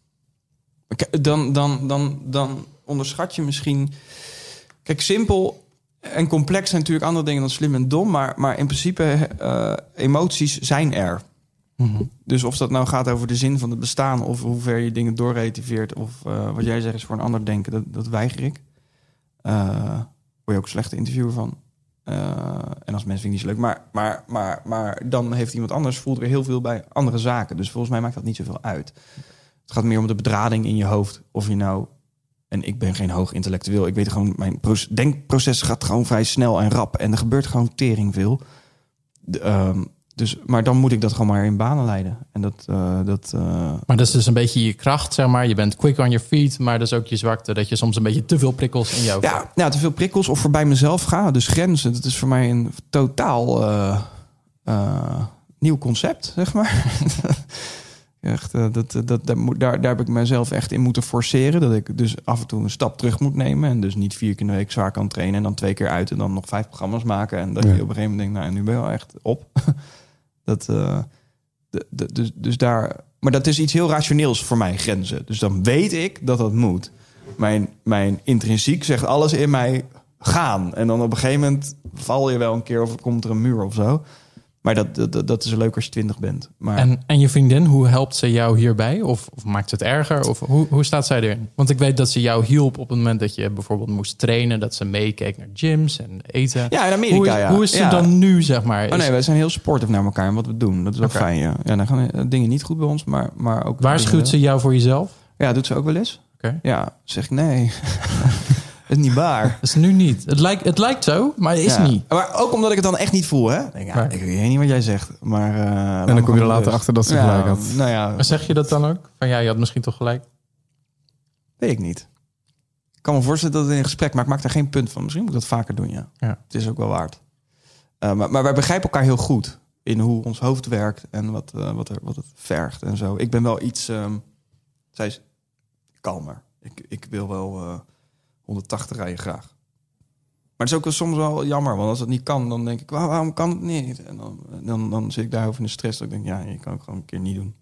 Dan, dan, dan, dan onderschat je misschien... Kijk, simpel en complex zijn natuurlijk andere dingen dan slim en dom. Maar, maar in principe, uh, emoties zijn er. Mm-hmm. Dus of dat nou gaat over de zin van het bestaan... of hoe ver je dingen doorrelativeert... of uh, wat jij zegt is voor een ander denken, dat, dat weiger ik. Uh, word je ook een slechte interviewer van. Uh, en als mensen vind ik niet zo leuk. Maar, maar, maar, maar dan heeft iemand anders... voelt weer heel veel bij andere zaken. Dus volgens mij maakt dat niet zoveel uit. Het gaat meer om de bedrading in je hoofd. Of je nou... En ik ben geen hoog intellectueel. Ik weet gewoon, mijn proces, denkproces gaat gewoon vrij snel en rap. En er gebeurt gewoon tering veel. De, um, Dus, maar dan moet ik dat gewoon maar in banen leiden. En dat, uh, dat, uh... Maar dat is dus een beetje je kracht, zeg maar. Je bent quick on your feet, maar dat is ook je zwakte. Dat je soms een beetje te veel prikkels in jou... Ja, ja, te veel prikkels of voorbij mezelf gaan. Dus grenzen, dat is voor mij een totaal uh, uh, nieuw concept, zeg maar. Echt, uh, dat, dat, dat, daar, daar heb ik mezelf echt in moeten forceren. Dat ik dus af en toe een stap terug moet nemen. En dus niet vier keer in de week zwaar kan trainen. En dan twee keer uit en dan nog vijf programma's maken. En dat ja. je op een gegeven moment denkt, nou, nu ben je wel echt op. dat, uh, de, de, dus, dus daar... Maar dat is iets heel rationeels voor mij, grenzen. Dus dan weet ik dat dat moet. Mijn, mijn intrinsiek zegt alles in mij gaan. En dan op een gegeven moment val je wel een keer of komt er een muur of zo. Maar dat, dat, dat is leuk als je twintig bent. Maar... En, en je vriendin, hoe helpt ze jou hierbij? Of, of maakt het erger? Of hoe, hoe staat zij erin? Want ik weet dat ze jou hielp op het moment dat je bijvoorbeeld moest trainen. Dat ze meekeek naar gyms en eten. Ja, in Amerika, hoe is, ja. Hoe is ze ja. dan nu, zeg maar? Oh nee, wij zijn heel supportive naar elkaar en wat we doen. Dat is wel okay. fijn, ja. Ja, dan gaan dingen niet goed bij ons, maar, maar ook... Waarschuwt ze jou voor jezelf? Ja, doet ze ook wel eens. Okay. Ja, zeg ik nee... Dat is niet waar. Dat is nu niet. Het lijkt, het lijkt zo, maar het is ja. niet. Maar ook omdat ik het dan echt niet voel, hè? Denk, ja, maar. Ik weet niet wat jij zegt, maar... Uh, en dan kom je er later dus. achter dat ze ja, gelijk had. Nou ja. Maar zeg je dat dan ook? Van ja, je had misschien toch gelijk? Weet ik niet. Ik kan me voorstellen dat het in een gesprek... Maar ik maak daar geen punt van. Misschien moet ik dat vaker doen, ja. ja. Het is ook wel waard. Uh, maar, maar wij begrijpen elkaar heel goed. In hoe ons hoofd werkt en wat, uh, wat, er, wat het vergt en zo. Ik ben wel iets... Um, zij is kalmer. Ik, ik wil wel... Uh, honderdtachtig rijden graag. Maar het is ook wel soms wel jammer, want als het niet kan, dan denk ik, waarom, waarom kan het niet? En dan, dan, dan zit ik daarover in de stress. Dat ik denk, ja, je kan het gewoon een keer niet doen.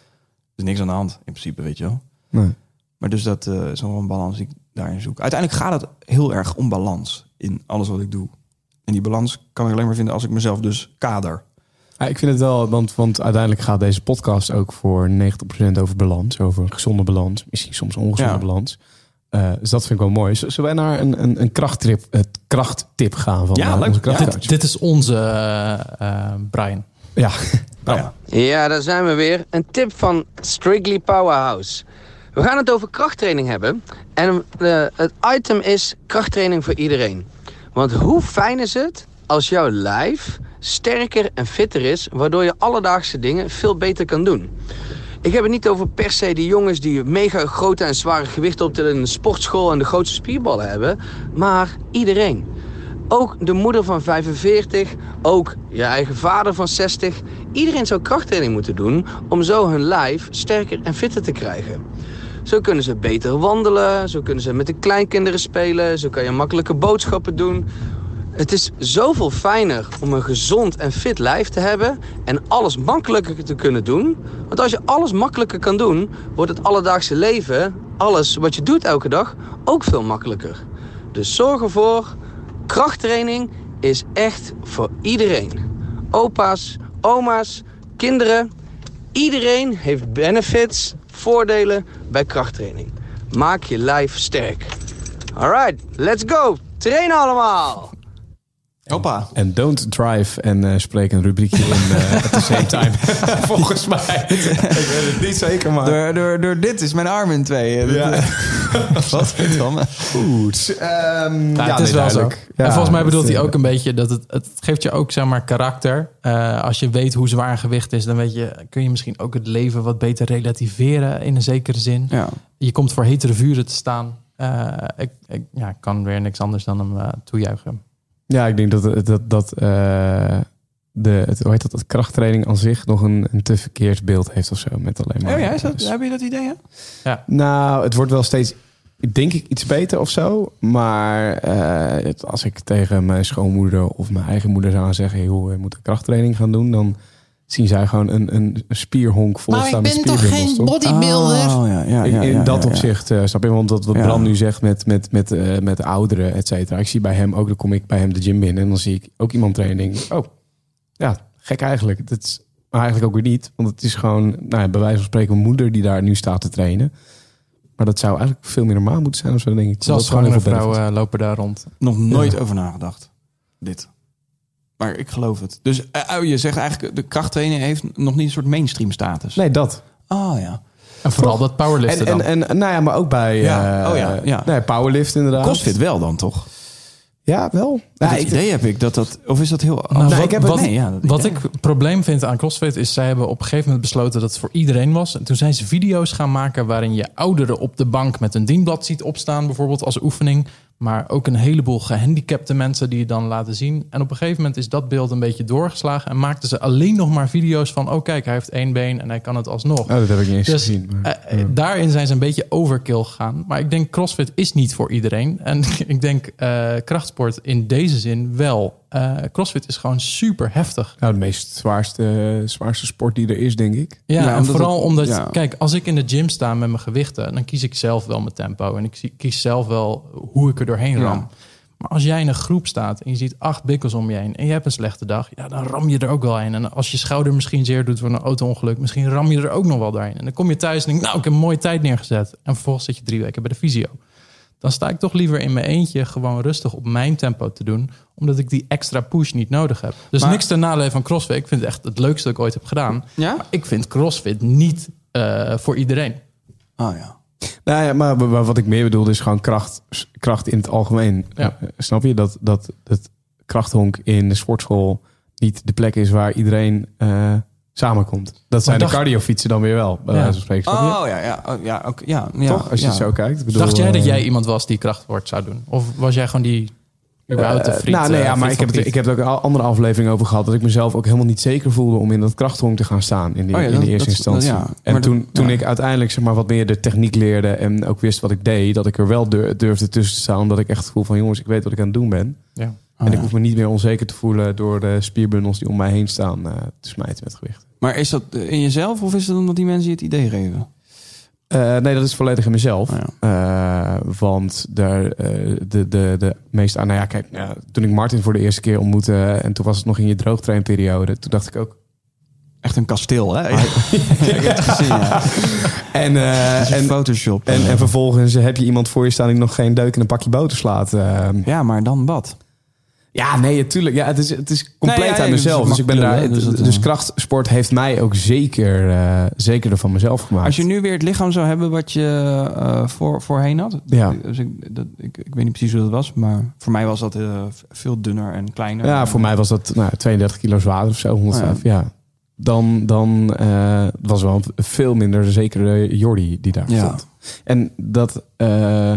Er is niks aan de hand, in principe, weet je wel. Nee. Maar dus dat uh, is nog wel een balans die ik daarin zoek. Uiteindelijk gaat het heel erg om balans in alles wat ik doe. En die balans kan ik alleen maar vinden als ik mezelf dus kader. Ja, ik vind het wel, want, want uiteindelijk gaat deze podcast ook voor negentig procent over balans. Over gezonde balans, misschien soms ongezonde ja. balans. Uh, dus dat vind ik wel mooi. Zullen wij naar een, een, een krachttrip, het krachttip gaan van ja, uh, onze krachtcoach? Dit, dit is onze uh, uh, Brian. Ja. Oh, ja. Ja, daar zijn we weer. Een tip van Strictly Powerhouse. We gaan het over krachttraining hebben. En uh, het item is krachttraining voor iedereen. Want hoe fijn is het als jouw lijf sterker en fitter is, waardoor je alledaagse dingen veel beter kan doen. Ik heb het niet over per se die jongens die mega grote en zware gewichten optillen in de sportschool en de grootste spierballen hebben, maar iedereen. Ook de moeder van vijfenveertig, ook je eigen vader van zestig. Iedereen zou krachttraining moeten doen om zo hun lijf sterker en fitter te krijgen. Zo kunnen ze beter wandelen, zo kunnen ze met de kleinkinderen spelen, zo kan je makkelijke boodschappen doen. Het is zoveel fijner om een gezond en fit lijf te hebben en alles makkelijker te kunnen doen. Want als je alles makkelijker kan doen, wordt het alledaagse leven, alles wat je doet elke dag, ook veel makkelijker. Dus zorg ervoor, krachttraining is echt voor iedereen. Opa's, oma's, kinderen, iedereen heeft benefits, voordelen bij krachttraining. Maak je lijf sterk. Alright, let's go! Trainen allemaal! Hoppa. En don't drive en uh, spreek een rubriekje in uh, at the same time. Volgens mij. Ik weet het niet zeker, maar... Door, door, door dit is mijn arm in tweeën. Ja. Wat vind je dan? Goed. Um, ja, ja, het is nee, wel zo. Ja, en volgens mij bedoelt hij uh, ook een beetje dat het, het geeft je ook, zeg maar, karakter. Uh, als je weet hoe zwaar gewicht is, dan weet je, kun je misschien ook het leven wat beter relativeren in een zekere zin. Ja. Je komt voor hetere vuren te staan. Uh, ik, ik ja, kan weer niks anders dan hem uh, toejuichen. Ja, ik denk dat, dat, dat uh, de het, hoe heet dat, het krachttraining aan zich nog een, een te verkeerd beeld heeft of zo. Met alleen maar. Oh ja, is dat, dus, heb je dat idee? Hè? Ja. Nou, het wordt wel steeds, denk ik, iets beter of zo. Maar uh, het, als ik tegen mijn schoonmoeder of mijn eigen moeder zou zeggen, hey, hoe, je moet een krachttraining gaan doen, dan zien zij gewoon een, een spierhonk volstaan met spierbubbels. Maar ik ben toch geen bodybuilder? Oh, ja, ja, ja, in ja, dat ja, opzicht, uh, snap je? Want dat wat ja. Bram nu zegt met, met, met, uh, met de ouderen, et cetera. Ik zie bij hem ook, dan kom ik bij hem de gym binnen en dan zie ik ook iemand trainen en denk ik, oh, ja, gek eigenlijk. Dat is maar eigenlijk ook weer niet. Want het is gewoon, nou ja, bij wijze van spreken, een moeder die daar nu staat te trainen. Maar dat zou eigenlijk veel meer normaal moeten zijn. Of zo, denk ik. Zelfs zwangere vrouwen uh, lopen daar rond. Nog nooit ja. over nagedacht. Dit. Maar ik geloof het. Dus uh, je zegt eigenlijk, de krachttraining heeft nog niet een soort mainstream status. Nee, dat. Oh ja. En vooral dat powerliften en, dan. En, en nou ja, maar ook bij ja. Uh, oh ja, ja. Nee, powerlift inderdaad. CrossFit wel dan toch? Ja, wel. Ja, ja, het ik, idee heb ik dat dat... Of is dat heel... Nou, nee, wat, ik heb het, wat, nee, ja, dat wat idee. ik probleem vind aan CrossFit is, zij hebben op een gegeven moment besloten dat het voor iedereen was. En toen zijn ze video's gaan maken waarin je ouderen op de bank met een dienblad ziet opstaan, bijvoorbeeld als oefening. Maar ook een heleboel gehandicapte mensen die het dan laten zien. En op een gegeven moment is dat beeld een beetje doorgeslagen. En maakten ze alleen nog maar video's van... oh kijk, hij heeft één been en hij kan het alsnog. Oh, dat heb ik niet eens dus, gezien. Maar, uh, ja. Daarin zijn ze een beetje overkill gegaan. Maar ik denk CrossFit is niet voor iedereen. En ik denk uh, krachtsport in deze zin wel. Uh, CrossFit is gewoon super heftig. Nou, de meest zwaarste, zwaarste sport die er is, denk ik. Ja, ja en omdat vooral het, omdat... Ja. Kijk, als ik in de gym sta met mijn gewichten... dan kies ik zelf wel mijn tempo. En ik kies zelf wel hoe ik er doorheen ram. Ja. Maar als jij in een groep staat en je ziet acht bikkels om je heen... en je hebt een slechte dag, ja, dan ram je er ook wel heen. En als je schouder misschien zeer doet voor een auto-ongeluk... misschien ram je er ook nog wel doorheen. En dan kom je thuis en denk nou, ik heb een mooie tijd neergezet. En vervolgens zit je drie weken bij de fysio. Dan sta ik toch liever in mijn eentje gewoon rustig op mijn tempo te doen... omdat ik die extra push niet nodig heb. Dus maar, niks ten nadele van CrossFit. Ik vind het echt het leukste dat ik ooit heb gedaan. Ja? Maar ik vind CrossFit niet uh, voor iedereen. Oh ja. Nou ja, maar, maar wat ik meer bedoel is gewoon kracht, kracht in het algemeen. Ja. Uh, snap je dat, dat het krachthonk in de sportschool niet de plek is waar iedereen uh, samenkomt? Dat zijn dacht, de cardiofietsen dan weer wel, bij wijze van spreken. Oh ja, ja, oh, ja, okay, ja, ja. Toch? Als je ja. het zo kijkt. Ik bedoel, dacht jij uh, dat jij iemand was die krachtsport zou doen? Of was jij gewoon die... Uh, vriend, nou, nee, ja, maar ik heb, het, ik heb er ook een andere aflevering over gehad... dat ik mezelf ook helemaal niet zeker voelde... om in dat krachthonk te gaan staan in, die, oh ja, in dat, de eerste dat, instantie. Dat, ja. En maar toen, dat, toen ja. ik uiteindelijk zeg maar, wat meer de techniek leerde... en ook wist wat ik deed... dat ik er wel durfde tussen te staan... omdat ik echt het gevoel van... jongens, ik weet wat ik aan het doen ben. Ja. En oh, ik ja. hoef me niet meer onzeker te voelen... door de spierbundels die om mij heen staan... Uh, te smijten met gewicht. Maar is dat in jezelf of is het omdat die mensen je het idee geven? Uh, nee, dat is volledig in mezelf. Oh ja. uh, want daar, uh, de, de, de meeste... Ah, nou ja, kijk, ja, toen ik Martin voor de eerste keer ontmoette... en toen was het nog in je droogtrainperiode... toen dacht ik ook... Echt een kasteel, hè? Ja. Ik heb het gezien, ja. En, uh, en, Photoshop. En, en vervolgens heb je iemand voor je staan... die nog geen deuk in een pakje boter slaat. Uh, ja, maar dan wat? Ja, nee, natuurlijk. Ja, het is, het is compleet nee, ja, aan mezelf. Dus, ik ben daar, dus, dat, dus krachtsport heeft mij ook zeker, uh, zeker van mezelf gemaakt. Als je nu weer het lichaam zou hebben wat je uh, voor, voorheen had. Ja. Dus ik, dat, ik, ik weet niet precies hoe dat was. Maar voor mij was dat uh, veel dunner en kleiner. Ja, voor mij was dat nou, tweeëndertig kilo zwaarder of zo. honderdvijf, oh, ja. ja. Dan, dan uh, was wel veel minder zekere Jordi die daar ja. stond. En dat... Uh,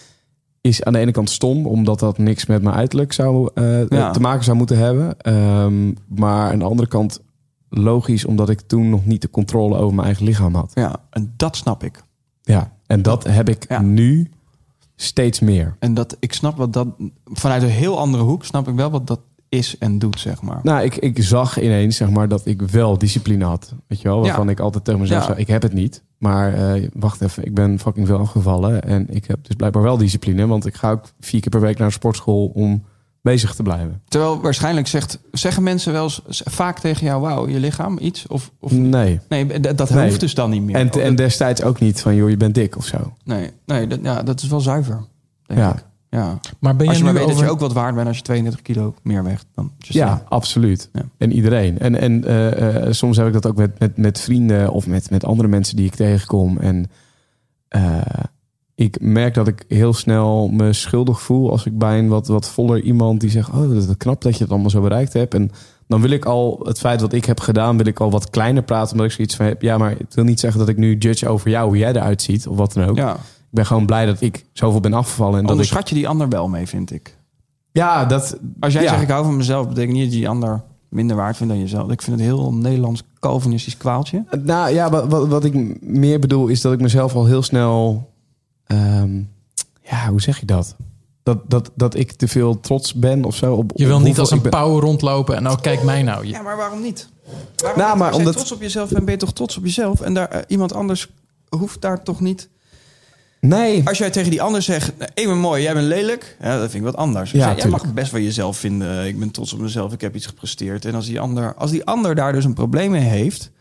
is aan de ene kant stom, omdat dat niks met mijn uiterlijk zou, uh, ja. te maken zou moeten hebben. Um, maar aan de andere kant logisch, omdat ik toen nog niet de controle over mijn eigen lichaam had. Ja, en dat snap ik. Ja, en dat heb ik ja. nu steeds meer. En dat ik snap wat dat, vanuit een heel andere hoek, snap ik wel wat dat is en doet, zeg maar. Nou, ik, ik zag ineens, zeg maar, dat ik wel discipline had. Weet je wel, waarvan ja. ik altijd tegen mezelf ja. zei, ik heb het niet. Maar uh, wacht even, ik ben fucking veel afgevallen. En ik heb dus blijkbaar wel discipline. Want ik ga ook vier keer per week naar de sportschool om bezig te blijven. Terwijl waarschijnlijk zegt, zeggen mensen wel eens vaak tegen jou... wauw, je lichaam iets? Of, of nee. Nee, dat, dat nee. hoeft dus dan niet meer. En, te, en destijds ook niet van, joh, je bent dik of zo. Nee, nee dat, ja, dat is wel zuiver, denk ja. ik. Ja. Maar ben je als je nu maar weet over... dat je ook wat waard bent als je tweeëndertig kilo meer weegt. Dan ja, ja, absoluut. Ja. En iedereen. En, en uh, uh, soms heb ik dat ook met, met, met vrienden of met, met andere mensen die ik tegenkom. En uh, ik merk dat ik heel snel me schuldig voel als ik bij een wat, wat voller iemand die zegt... oh, dat is knap dat je het allemaal zo bereikt hebt. En dan wil ik al het feit wat ik heb gedaan, wil ik al wat kleiner praten. Omdat ik zoiets van heb, ja, maar het wil niet zeggen dat ik nu judge over jou, hoe jij eruit ziet of wat dan ook. Ja. Ik ben gewoon blij dat ik zoveel ben afgevallen. En onderschat dat ik... je die ander wel mee, vind ik. Ja, dat... Als jij ja. zegt ik hou van mezelf, betekent niet dat je die ander minder waard vindt dan jezelf. Ik vind het heel Nederlands Calvinistisch kwaaltje. Nou ja, wat, wat, wat ik meer bedoel is dat ik mezelf al heel snel... Um, ja, hoe zeg je dat? Dat, dat? dat ik te veel trots ben of zo. Op, je wil op niet als een ben... pauw rondlopen en nou kijk mij nou. Je... Ja, maar waarom niet? Waarom nou, niet? Maar als omdat... je trots op jezelf bent, ben je toch trots op jezelf? En daar, uh, iemand anders hoeft daar toch niet... Nee. Als jij tegen die ander zegt, ik ben mooi, jij bent lelijk. Ja, dat vind ik wat anders. Ja, jij, jij mag het best van jezelf vinden. Ik ben trots op mezelf, ik heb iets gepresteerd. En als die ander, als die ander daar dus een probleem mee heeft...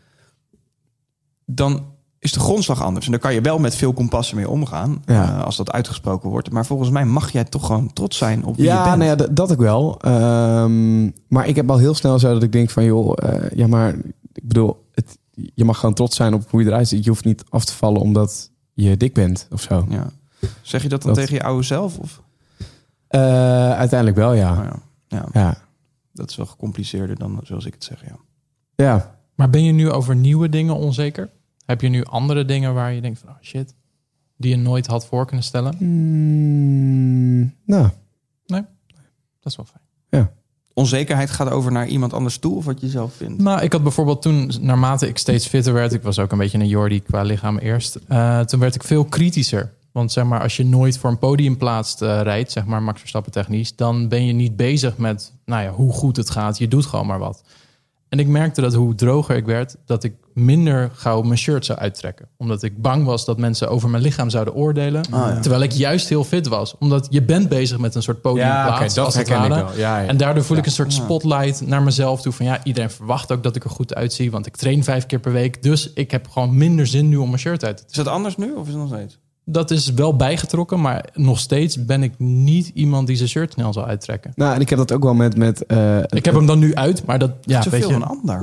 dan is de grondslag anders. En daar kan je wel met veel compassie mee omgaan. Ja. Uh, als dat uitgesproken wordt. Maar volgens mij mag jij toch gewoon trots zijn op wie ja, je bent. Nou ja, d- dat ik wel. Um, maar ik heb al heel snel zo dat ik denk van... joh, uh, ja maar ik bedoel... Het, je mag gewoon trots zijn op hoe je eruit ziet. Je hoeft niet af te vallen omdat... je dik bent of zo. Ja. Zeg je dat dan dat... tegen je oude zelf? Of? Uh, uiteindelijk wel, ja. Oh ja. Ja. ja. Dat is wel gecompliceerder dan zoals ik het zeg, ja. Ja. Maar ben je nu over nieuwe dingen onzeker? Heb je nu andere dingen waar je denkt van... oh shit, die je nooit had voor kunnen stellen? Mm, nou. Nee, dat is wel fijn. Ja. Onzekerheid gaat over naar iemand anders toe of wat je zelf vindt? Nou, ik had bijvoorbeeld toen, naarmate ik steeds fitter werd... ik was ook een beetje een Jordi qua lichaam eerst... Uh, toen werd ik veel kritischer. Want zeg maar, als je nooit voor een podiumplaats uh, rijdt... zeg maar Max Verstappen technisch... dan ben je niet bezig met nou ja, hoe goed het gaat. Je doet gewoon maar wat. En ik merkte dat hoe droger ik werd... dat ik minder gauw mijn shirt zou uittrekken. Omdat ik bang was dat mensen over mijn lichaam zouden oordelen. Oh, ja. Terwijl ik juist heel fit was. Omdat je bent bezig met een soort podiumplaats. Ja, okay, dat herken ik wel. Ja, ja. En daardoor voel ja. ik een soort spotlight naar mezelf toe. Van ja, iedereen verwacht ook dat ik er goed uitzie. Want ik train vijf keer per week. Dus ik heb gewoon minder zin nu om mijn shirt uit te trekken. Is dat anders nu of is het nog steeds? Dat is wel bijgetrokken, maar nog steeds ben ik niet iemand die zijn shirt snel zal uittrekken. Nou, en ik heb dat ook wel met... met uh, ik heb hem dan nu uit, maar dat... Ja, zoveel weet je, een ander.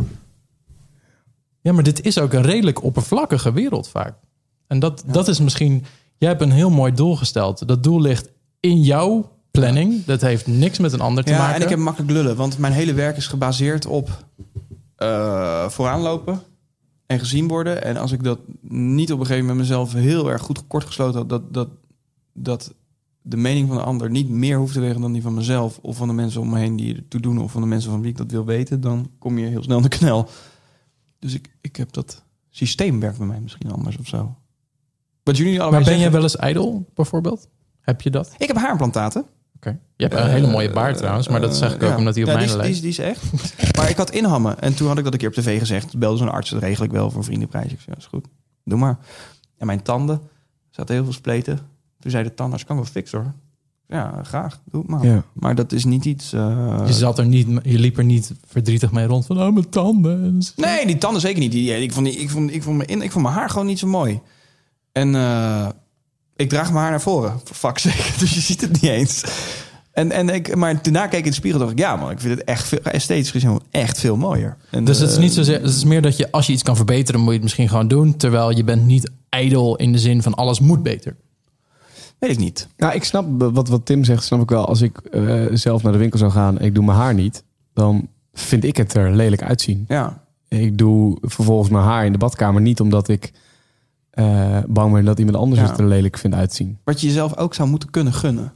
Ja, maar dit is ook een redelijk oppervlakkige wereld vaak. En dat, ja. dat is misschien... Jij hebt een heel mooi doel gesteld. Dat doel ligt in jouw planning. Dat heeft niks met een ander te ja, maken. En ik heb makkelijk lullen, want mijn hele werk is gebaseerd op uh, vooraanlopen en gezien worden. En als ik dat niet op een gegeven moment mezelf heel erg goed kortgesloten had... dat, dat, dat de mening van de ander niet meer hoeft te wegen dan die van mezelf... of van de mensen om me heen die ertoe doen... of van de mensen van wie ik dat wil weten... dan kom je heel snel in de knel. Dus ik, ik heb dat systeem werkt bij mij misschien anders of zo. Wat jullie allebei maar ben zeggen, jij wel eens ijdel, bijvoorbeeld? Heb je dat? Ik heb haarimplantaten. Oké. Okay. Je hebt een uh, hele mooie baard trouwens, maar dat zeg ik uh, ook ja. omdat hij op ja, mijn lijst. Die, die is echt. Maar ik had inhammen en toen had ik dat een keer op tv gezegd. Belde zo'n arts, dat regel ik wel voor een vriendenprijs. Ik zei, ja, is goed, doe maar. En mijn tanden, zaten heel veel spleten. Toen zei de tandarts, kan wel fixen hoor. Ja, graag, doe het maar. Ja. Maar dat is niet iets... Uh... Je zat er niet, je liep er niet verdrietig mee rond van, oh, mijn tanden. Nee, die tanden zeker niet. Die, ik, vond die, ik, vond, ik, vond mijn, ik vond mijn haar gewoon niet zo mooi. En uh, ik draag mijn haar naar voren, voor fuck's sake. Dus je ziet het niet eens. En, en ik, maar daarna keek ik in de spiegel en dacht ik, ja man, ik vind het echt veel, esthetisch gezien echt veel mooier. En, dus het is niet zozeer, het is meer dat je, als je iets kan verbeteren, moet je het misschien gewoon doen. Terwijl je bent niet ijdel in de zin van alles moet beter. Weet ik niet. Nou, ik snap wat, wat Tim zegt, snap ik wel. Als ik uh, zelf naar de winkel zou gaan en ik doe mijn haar niet, dan vind ik het er lelijk uitzien. Ja. Ik doe vervolgens mijn haar in de badkamer niet omdat ik uh, bang ben dat iemand anders ja. het er lelijk vindt uitzien. Wat je jezelf ook zou moeten kunnen gunnen.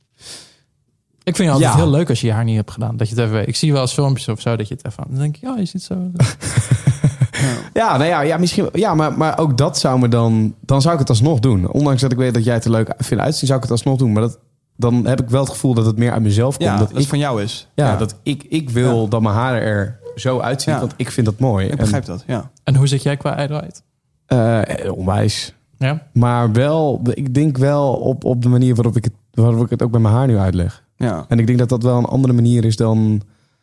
Ik vind het altijd ja. heel leuk als je je haar niet hebt gedaan. Dat je het even weet. Ik zie wel eens filmpjes of zo dat je het even... Dan denk ik, ja, je ziet zo... Ja, nou ja, ja, misschien, ja maar, maar ook dat zou me dan... Dan zou ik het alsnog doen. Ondanks dat ik weet dat jij het er leuk vindt uitzien, zou ik het alsnog doen. Maar dat, dan heb ik wel het gevoel dat het meer uit mezelf komt. Ja, dat, dat ik, het van jou is. Ja, ja. dat ik, ik wil ja. dat mijn haar er zo uitziet. Ja. Want ik vind dat mooi. Ik begrijp en, dat, ja. En hoe zit jij qua ijdelheid? Uh, onwijs. Ja? Maar wel, ik denk wel op, op de manier waarop ik, het, waarop ik het ook bij mijn haar nu uitleg. Ja. En ik denk dat dat wel een andere manier is dan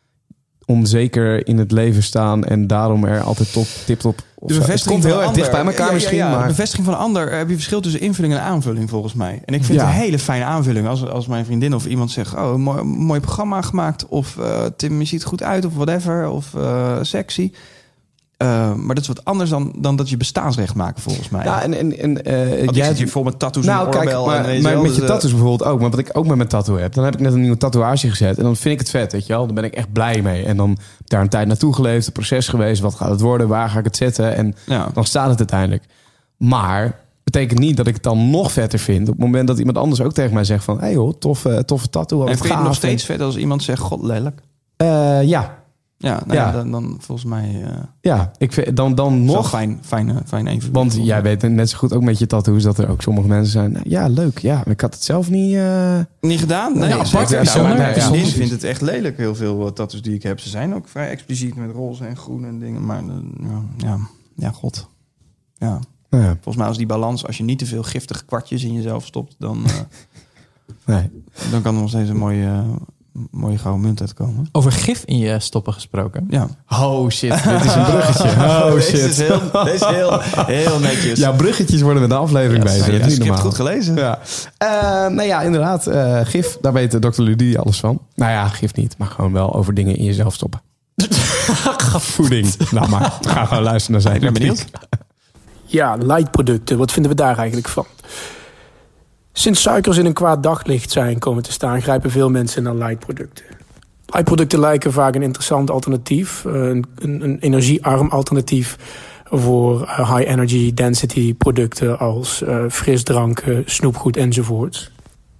onzeker in het leven staan en daarom er altijd top, tip-top... De bevestiging het komt heel erg dicht bij elkaar ja, misschien. Ja, ja. Maar... De bevestiging van een ander heb je verschil tussen invulling en aanvulling volgens mij. En ik vind ja. het een hele fijne aanvulling als, als mijn vriendin of iemand zegt, oh, een mooi, mooi programma gemaakt, of uh, Tim, je ziet er goed uit, of whatever, of uh, sexy. Uh, maar dat is wat anders dan, dan dat je bestaansrecht maken, volgens mij. Ja, en, en, en uh, jij zit hier vol met tattoos nou, en kijk, oorbel. Maar, en maar met je tattoos bijvoorbeeld ook. Maar wat ik ook met mijn tattoo heb, dan heb ik net een nieuwe tatoeage gezet. En dan vind ik het vet, weet je wel. Dan ben ik echt blij mee. En dan heb ik daar een tijd naartoe geleefd, een proces geweest. Wat gaat het worden? Waar ga ik het zetten? En ja. dan staat het uiteindelijk. Maar betekent niet dat ik het dan nog vetter vind op het moment dat iemand anders ook tegen mij zegt van, hé hey joh, toffe, toffe tattoo. En vind je het nog steeds vet als iemand zegt, god lelijk? Uh, ja. Ja, nou ja. ja dan, dan volgens mij... Uh, ja, ik vind dan, dan nog... fijn, fijn, fijn even. Want jij weet net zo goed ook met je tattoos dat er ook sommige mensen zijn... Ja, leuk. Ja, ik had het zelf niet... Uh... Niet gedaan? Nee, ja, apart. Ja, ja, maar mijn vriendin ja, vindt het echt lelijk, heel veel tattoos die ik heb. Ze zijn ook vrij expliciet met roze en groen en dingen. Maar uh, ja, ja, god. Ja. ja. Volgens mij als die balans, als je niet te veel giftige kwartjes in jezelf stopt... dan, uh, nee. dan kan er nog steeds een mooie... Uh, mooie gouden munt uitkomen. Over gif in je stoppen gesproken. Ja. Oh shit, dit is een bruggetje. Oh shit. Deze is heel, deze is heel, heel netjes. Ja, bruggetjes worden met de aflevering ja, bezig. Ja, ja, ik heb het goed gelezen. Ja. Uh, nou ja, inderdaad. Uh, gif, daar weet dokter Ludie alles van. Nou ja, gif niet, maar gewoon wel over dingen in jezelf stoppen. Voeding. Nou maar, ga gewoon luisteren naar zijn. Ik ben benieuwd. Ja, lightproducten. Wat vinden we daar eigenlijk van? Sinds suikers in een kwaad daglicht zijn komen te staan, grijpen veel mensen naar lightproducten. Lightproducten lijken vaak een interessant alternatief, een, een, een energiearm alternatief voor high energy density producten als uh, frisdranken, snoepgoed enzovoorts.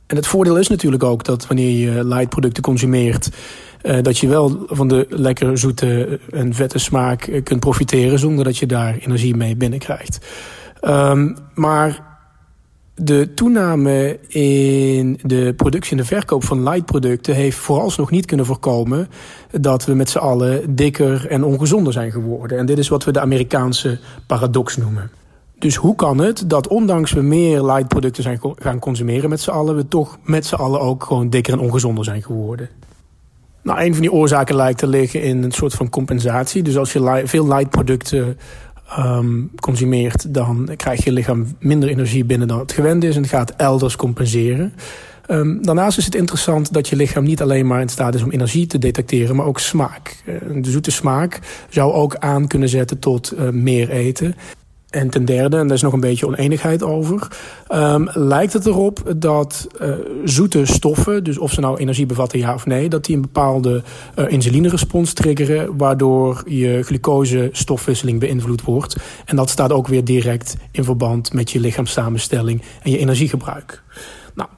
En het voordeel is natuurlijk ook dat wanneer je light producten consumeert, Uh, dat je wel van de lekker zoete en vette smaak uh, kunt profiteren zonder dat je daar energie mee binnenkrijgt. Um, maar de toename in de productie en de verkoop van light producten heeft vooralsnog niet kunnen voorkomen dat we met z'n allen dikker en ongezonder zijn geworden. En dit is wat we de Amerikaanse paradox noemen. Dus hoe kan het dat ondanks we meer light producten zijn gaan consumeren met z'n allen, we toch met z'n allen ook gewoon dikker en ongezonder zijn geworden? Nou, een van die oorzaken lijkt te liggen in een soort van compensatie. Dus als je li- veel light producten um, consumeert, dan krijgt je lichaam minder energie binnen dan het gewend is en het gaat elders compenseren. Um, daarnaast is het interessant dat je lichaam niet alleen maar in staat is om energie te detecteren, maar ook smaak. Uh, de zoete smaak zou ook aan kunnen zetten tot uh, meer eten. En ten derde, en daar is nog een beetje oneenigheid over, um, lijkt het erop dat uh, zoete stoffen, dus of ze nou energie bevatten ja of nee, dat die een bepaalde uh, insulinerespons triggeren, waardoor je glucose-stofwisseling beïnvloed wordt. En dat staat ook weer direct in verband met je lichaamssamenstelling en je energiegebruik. Nou,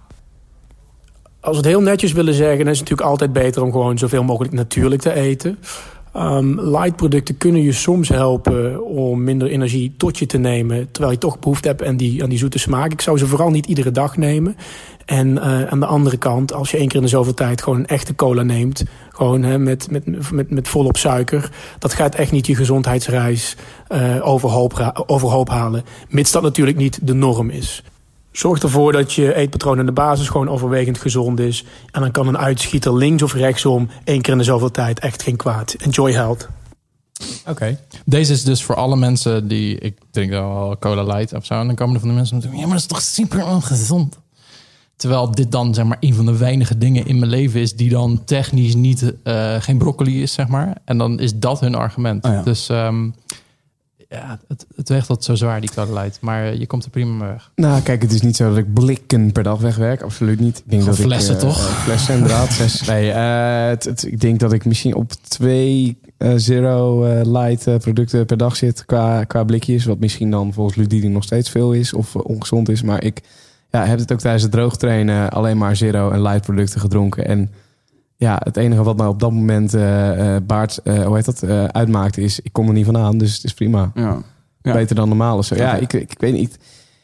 als we het heel netjes willen zeggen, dan is het natuurlijk altijd beter om gewoon zoveel mogelijk natuurlijk te eten. Um, light producten kunnen je soms helpen om minder energie tot je te nemen, terwijl je toch behoefte hebt aan die, aan die zoete smaak. Ik zou ze vooral niet iedere dag nemen. En uh, aan de andere kant, als je één keer in de zoveel tijd gewoon een echte cola neemt, gewoon hè, met, met, met, met volop suiker, dat gaat echt niet je gezondheidsreis uh, overhoop, overhoop halen, mits dat natuurlijk niet de norm is. Zorg ervoor dat je eetpatroon in de basis gewoon overwegend gezond is. En dan kan een uitschieter links of rechtsom één keer in de zoveel tijd echt geen kwaad. Enjoy health. Oké. Okay. Deze is dus voor alle mensen die... Ik drink dan wel Cola Light of zo. En dan komen er van de mensen die ja, maar dat is toch super ongezond. Terwijl dit dan zeg maar een van de weinige dingen in mijn leven is die dan technisch niet uh, geen broccoli is, zeg maar. En dan is dat hun argument. Oh ja. Dus... Um, Ja, het, het weegt wat zo zwaar, die Cola Light. Maar je komt er prima mee weg. Nou, kijk, het is niet zo dat ik blikken per dag wegwerk. Absoluut niet. Ik denk dat flessen, ik, uh, toch? Uh, flessen, inderdaad. Zes, nee, uh, het, het, ik denk dat ik misschien op twee uh, Zero uh, Light uh, producten per dag zit qua, qua blikjes. Wat misschien dan volgens Ludidi nog steeds veel is of uh, ongezond is. Maar ik ja, heb het ook tijdens het droogtrainen alleen maar Zero en Light producten gedronken. En ja, het enige wat mij op dat moment uh, uh, baard, uh, hoe heet dat, uh, uitmaakte is, ik kom er niet van aan, dus het is prima. Ja. Ja. Beter dan normaal of zo. Ja, ik, ik, ik weet niet.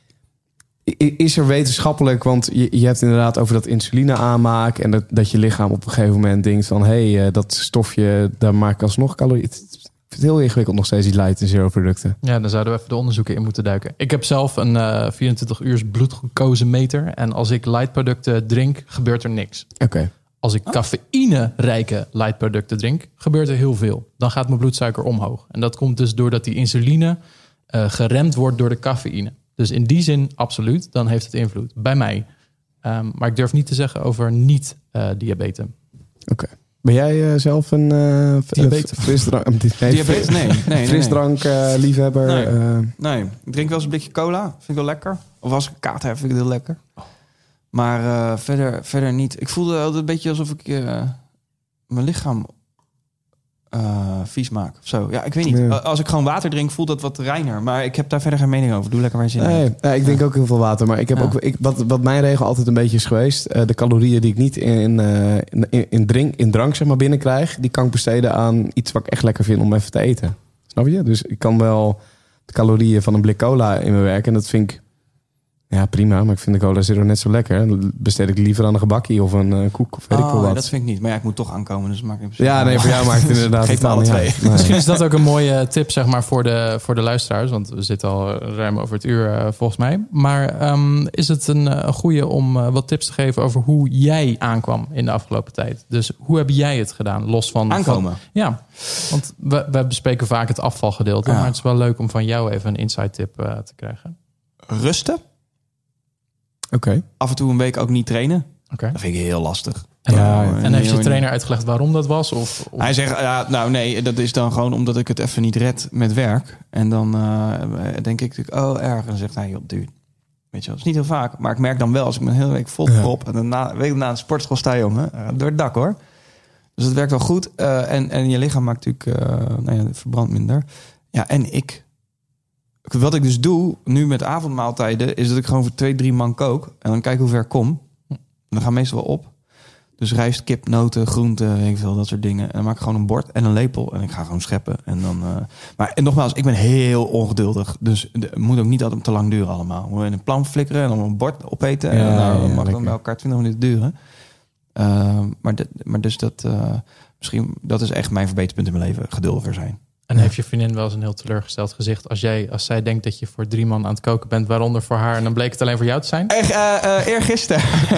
Is er wetenschappelijk, want je, je hebt inderdaad over dat insuline aanmaak en dat, dat je lichaam op een gegeven moment denkt van, hé, hey, uh, dat stofje, daar maak ik alsnog calorieën. Het, ik vind het heel ingewikkeld nog steeds, die light en zero producten. Ja, dan zouden we even de onderzoeken in moeten duiken. Ik heb zelf een uh, vierentwintig uur bloedglucose meter en als ik light producten drink, gebeurt er niks. Oké. Okay. Als ik cafeïne-rijke lightproducten drink, gebeurt er heel veel. Dan gaat mijn bloedsuiker omhoog. En dat komt dus doordat die insuline uh, geremd wordt door de cafeïne. Dus in die zin, absoluut, dan heeft het invloed. Bij mij. Um, maar ik durf niet te zeggen over niet-diabetes. Uh, Oké. Okay. Ben jij uh, zelf een uh, diabetes? Frisdrank, nee, diabetes? Nee, nee, nee, frisdrank uh, liefhebber? Nee. Uh, nee, ik drink wel eens een blikje cola. Vind ik wel lekker. Of als ik een kaart heb, vind ik het heel lekker. Maar uh, verder, verder niet. Ik voelde altijd een beetje alsof ik uh, mijn lichaam uh, vies maak of zo. Ja, ik weet niet. Ja. Als ik gewoon water drink, voelt dat wat reiner. Maar ik heb daar verder geen mening over. Doe lekker waar je zin in hebt. Nee, ik drink ja. ook heel veel water. Maar ik heb ja. ook, ik, wat, wat mijn regel altijd een beetje is geweest, uh, de calorieën die ik niet in, uh, in, in, drink, in drank zeg maar, binnenkrijg, die kan ik besteden aan iets wat ik echt lekker vind om even te eten. Snap je? Dus ik kan wel de calorieën van een blik cola in mijn werk. En dat vind ik ja, prima, maar ik vind de Cola Zero net zo lekker. Dan besteed ik liever aan een gebakkie of een uh, koek of weet oh, ik wel wat. Dat vind ik niet. Maar ja, ik moet toch aankomen, dus maak ik Ja, nee, voor jou maakt het inderdaad. Geef me alle twee. Nee. Misschien is dat ook een mooie tip, zeg maar, voor de, voor de luisteraars. Want we zitten al ruim over het uur, uh, volgens mij. Maar um, is het een, een goede om uh, wat tips te geven over hoe jij aankwam in de afgelopen tijd? Dus hoe heb jij het gedaan? Los van aankomen. Van, ja, want we, we bespreken vaak het afvalgedeelte. Ja. Maar het is wel leuk om van jou even een inside tip uh, te krijgen. Rusten. Oké. Okay. Af en toe een week ook niet trainen. Okay. Dat vind ik heel lastig. En, ja, ja. en heeft je trainer uitgelegd waarom dat was? Of, of? Hij zegt, ja, nou nee, dat is dan gewoon omdat ik het even niet red met werk. En dan uh, denk ik, oh erg. En dan zegt hij, joh, dude. Weet je wel, dat is niet heel vaak. Maar ik merk dan wel, als ik me een hele week vol prop... Ja. en dan na, week na de sportschool sta, jongen, door het dak hoor. Dus het werkt wel goed. Uh, en, en je lichaam maakt natuurlijk, uh, nou ja, verbrandt minder. Ja, en ik... Wat ik dus doe, nu met avondmaaltijden, is dat ik gewoon voor twee, drie man kook. En dan kijk hoe ver ik kom. dan gaan meestal wel op. Dus rijst, kip, noten, groenten, weet ik veel, dat soort dingen. En dan maak ik gewoon een bord en een lepel. En ik ga gewoon scheppen. En dan, uh... Maar en nogmaals, ik ben heel ongeduldig. Dus het moet ook niet altijd te lang duren allemaal. We in een plan flikkeren en dan een bord opeten. En ja, nou, ja, mag dan bij elkaar twintig minuten duren. Uh, maar, de, maar dus dat... Uh, misschien, dat is echt mijn verbeterpunt in mijn leven. Geduldiger zijn. En heeft je vriendin wel eens een heel teleurgesteld gezicht... als jij, als zij denkt dat je voor drie man aan het koken bent... waaronder voor haar... en dan bleek het alleen voor jou te zijn? Echt, uh, uh, eergisteren.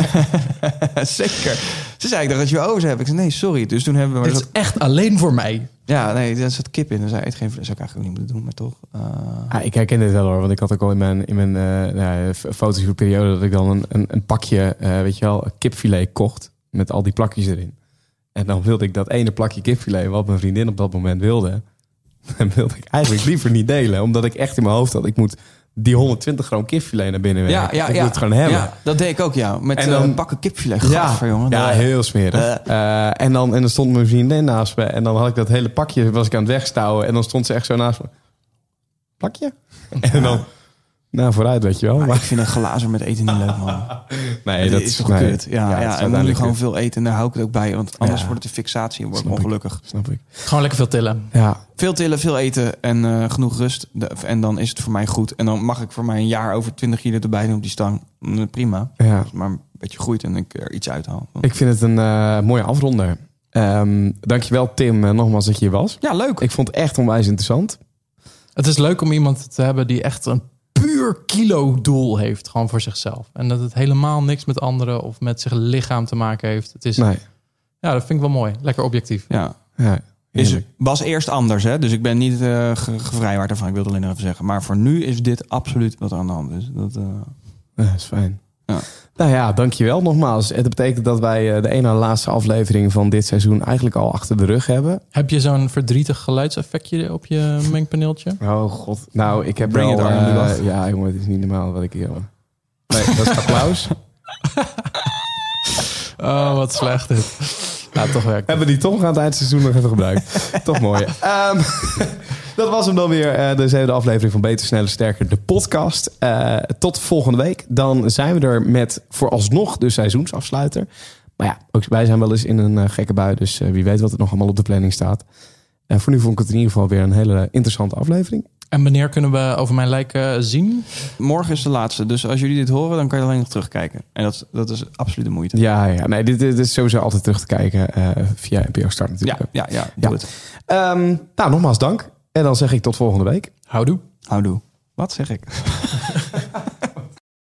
Zeker. Ze zei, ik dacht dat je over hebt. Ik zei, nee, sorry. Dus toen hebben we... Maar Dit is echt alleen voor mij. Ja, nee, daar zat kip in. Dan zei eet geen vlees. Dat zou ik eigenlijk ook niet moeten doen, maar toch. Uh... Ah, ik herken dit wel hoor. Want ik had ook al in mijn, in mijn uh, nou, foto's periode... dat ik dan een, een, een pakje, uh, weet je wel, kipfilet kocht... met al die plakjes erin. En dan wilde ik dat ene plakje kipfilet... wat mijn vriendin op dat moment wilde... en wilde ik eigenlijk liever niet delen. Omdat ik echt in mijn hoofd had... ik moet die honderdtwintig gram kipfilet naar binnen werken. Ja, ja, ik ja. moet het gewoon hebben. Ja, dat deed ik ook, ja. Met en dan uh, pakken kipfilet. Ja, Gadver, jongen. Ja, heel smerig. Uh, uh, en, dan, en dan stond mijn vriendin naast me. En dan had ik dat hele pakje was ik aan het wegstouwen. En dan stond ze echt zo naast me. Plakje? En dan... Nou, vooruit, weet je wel. Maar, maar ik vind een glazen met eten niet leuk, man. Nee, dat, dat is toch nee, kut. Ja, ja, ja en dan moet je gewoon veel eten. En daar hou ik het ook bij. Want anders ja. wordt het een fixatie en word ik ongelukkig. Ik, snap ik. Gewoon lekker veel tillen. Ja. Veel tillen, veel eten en uh, genoeg rust. De, en dan is het voor mij goed. En dan mag ik voor mij een jaar over twintig kilo erbij doen op die stang. Prima. Ja. Maar een beetje groeit en ik er iets uithaal. Ik vind het een uh, mooie afronder. Um, dankjewel Tim, uh, nogmaals dat je hier was. Ja, leuk. Ik vond het echt onwijs interessant. Het is leuk om iemand te hebben die echt een puur kilo doel heeft. Gewoon voor zichzelf. En dat het helemaal niks met anderen of met zijn lichaam te maken heeft. Het is, nee. Ja, dat vind ik wel mooi. Lekker objectief. Ja. Ja. Is, was eerst anders, hè? Dus ik ben niet uh, ge- gevrijwaard ervan. Ik wilde alleen nog even zeggen. Maar voor nu is dit absoluut wat aan de hand is. Dat, uh... ja, dat is fijn. Ja. Nou ja, dankjewel nogmaals. Het betekent dat wij de ene laatste aflevering van dit seizoen eigenlijk al achter de rug hebben. Heb je zo'n verdrietig geluidseffectje op je mengpaneeltje? Oh god. Nou, ik heb Bring wel... it, uh, ja, jongen, het is niet normaal wat ik hier hoor. Nee, dat is applaus. Oh, wat slecht dit. Ja, toch werkt. Hebben die toch aan het eindseizoen nog even gebruikt. Toch mooi. Um, dat was hem dan weer. Uh, de zevende aflevering van Beter, Sneller, Sterker, de podcast. Uh, tot volgende week. Dan zijn we er met vooralsnog de seizoensafsluiter. Maar ja, ook wij zijn wel eens in een uh, gekke bui. Dus uh, wie weet wat er nog allemaal op de planning staat. En uh, voor nu vond ik het in ieder geval weer een hele interessante aflevering. En wanneer kunnen we Over Mijn Lijk uh, zien? Morgen is de laatste. Dus als jullie dit horen, dan kan je alleen nog terugkijken. En dat, dat is absoluut de moeite. Ja, ja. Nee, dit, dit is sowieso altijd terug te kijken uh, via N P O Start natuurlijk. Ja, ja, ja, doe ja. het. Um, nou, nogmaals dank. En dan zeg ik tot volgende week. Houdoe. Houdoe. Wat zeg ik?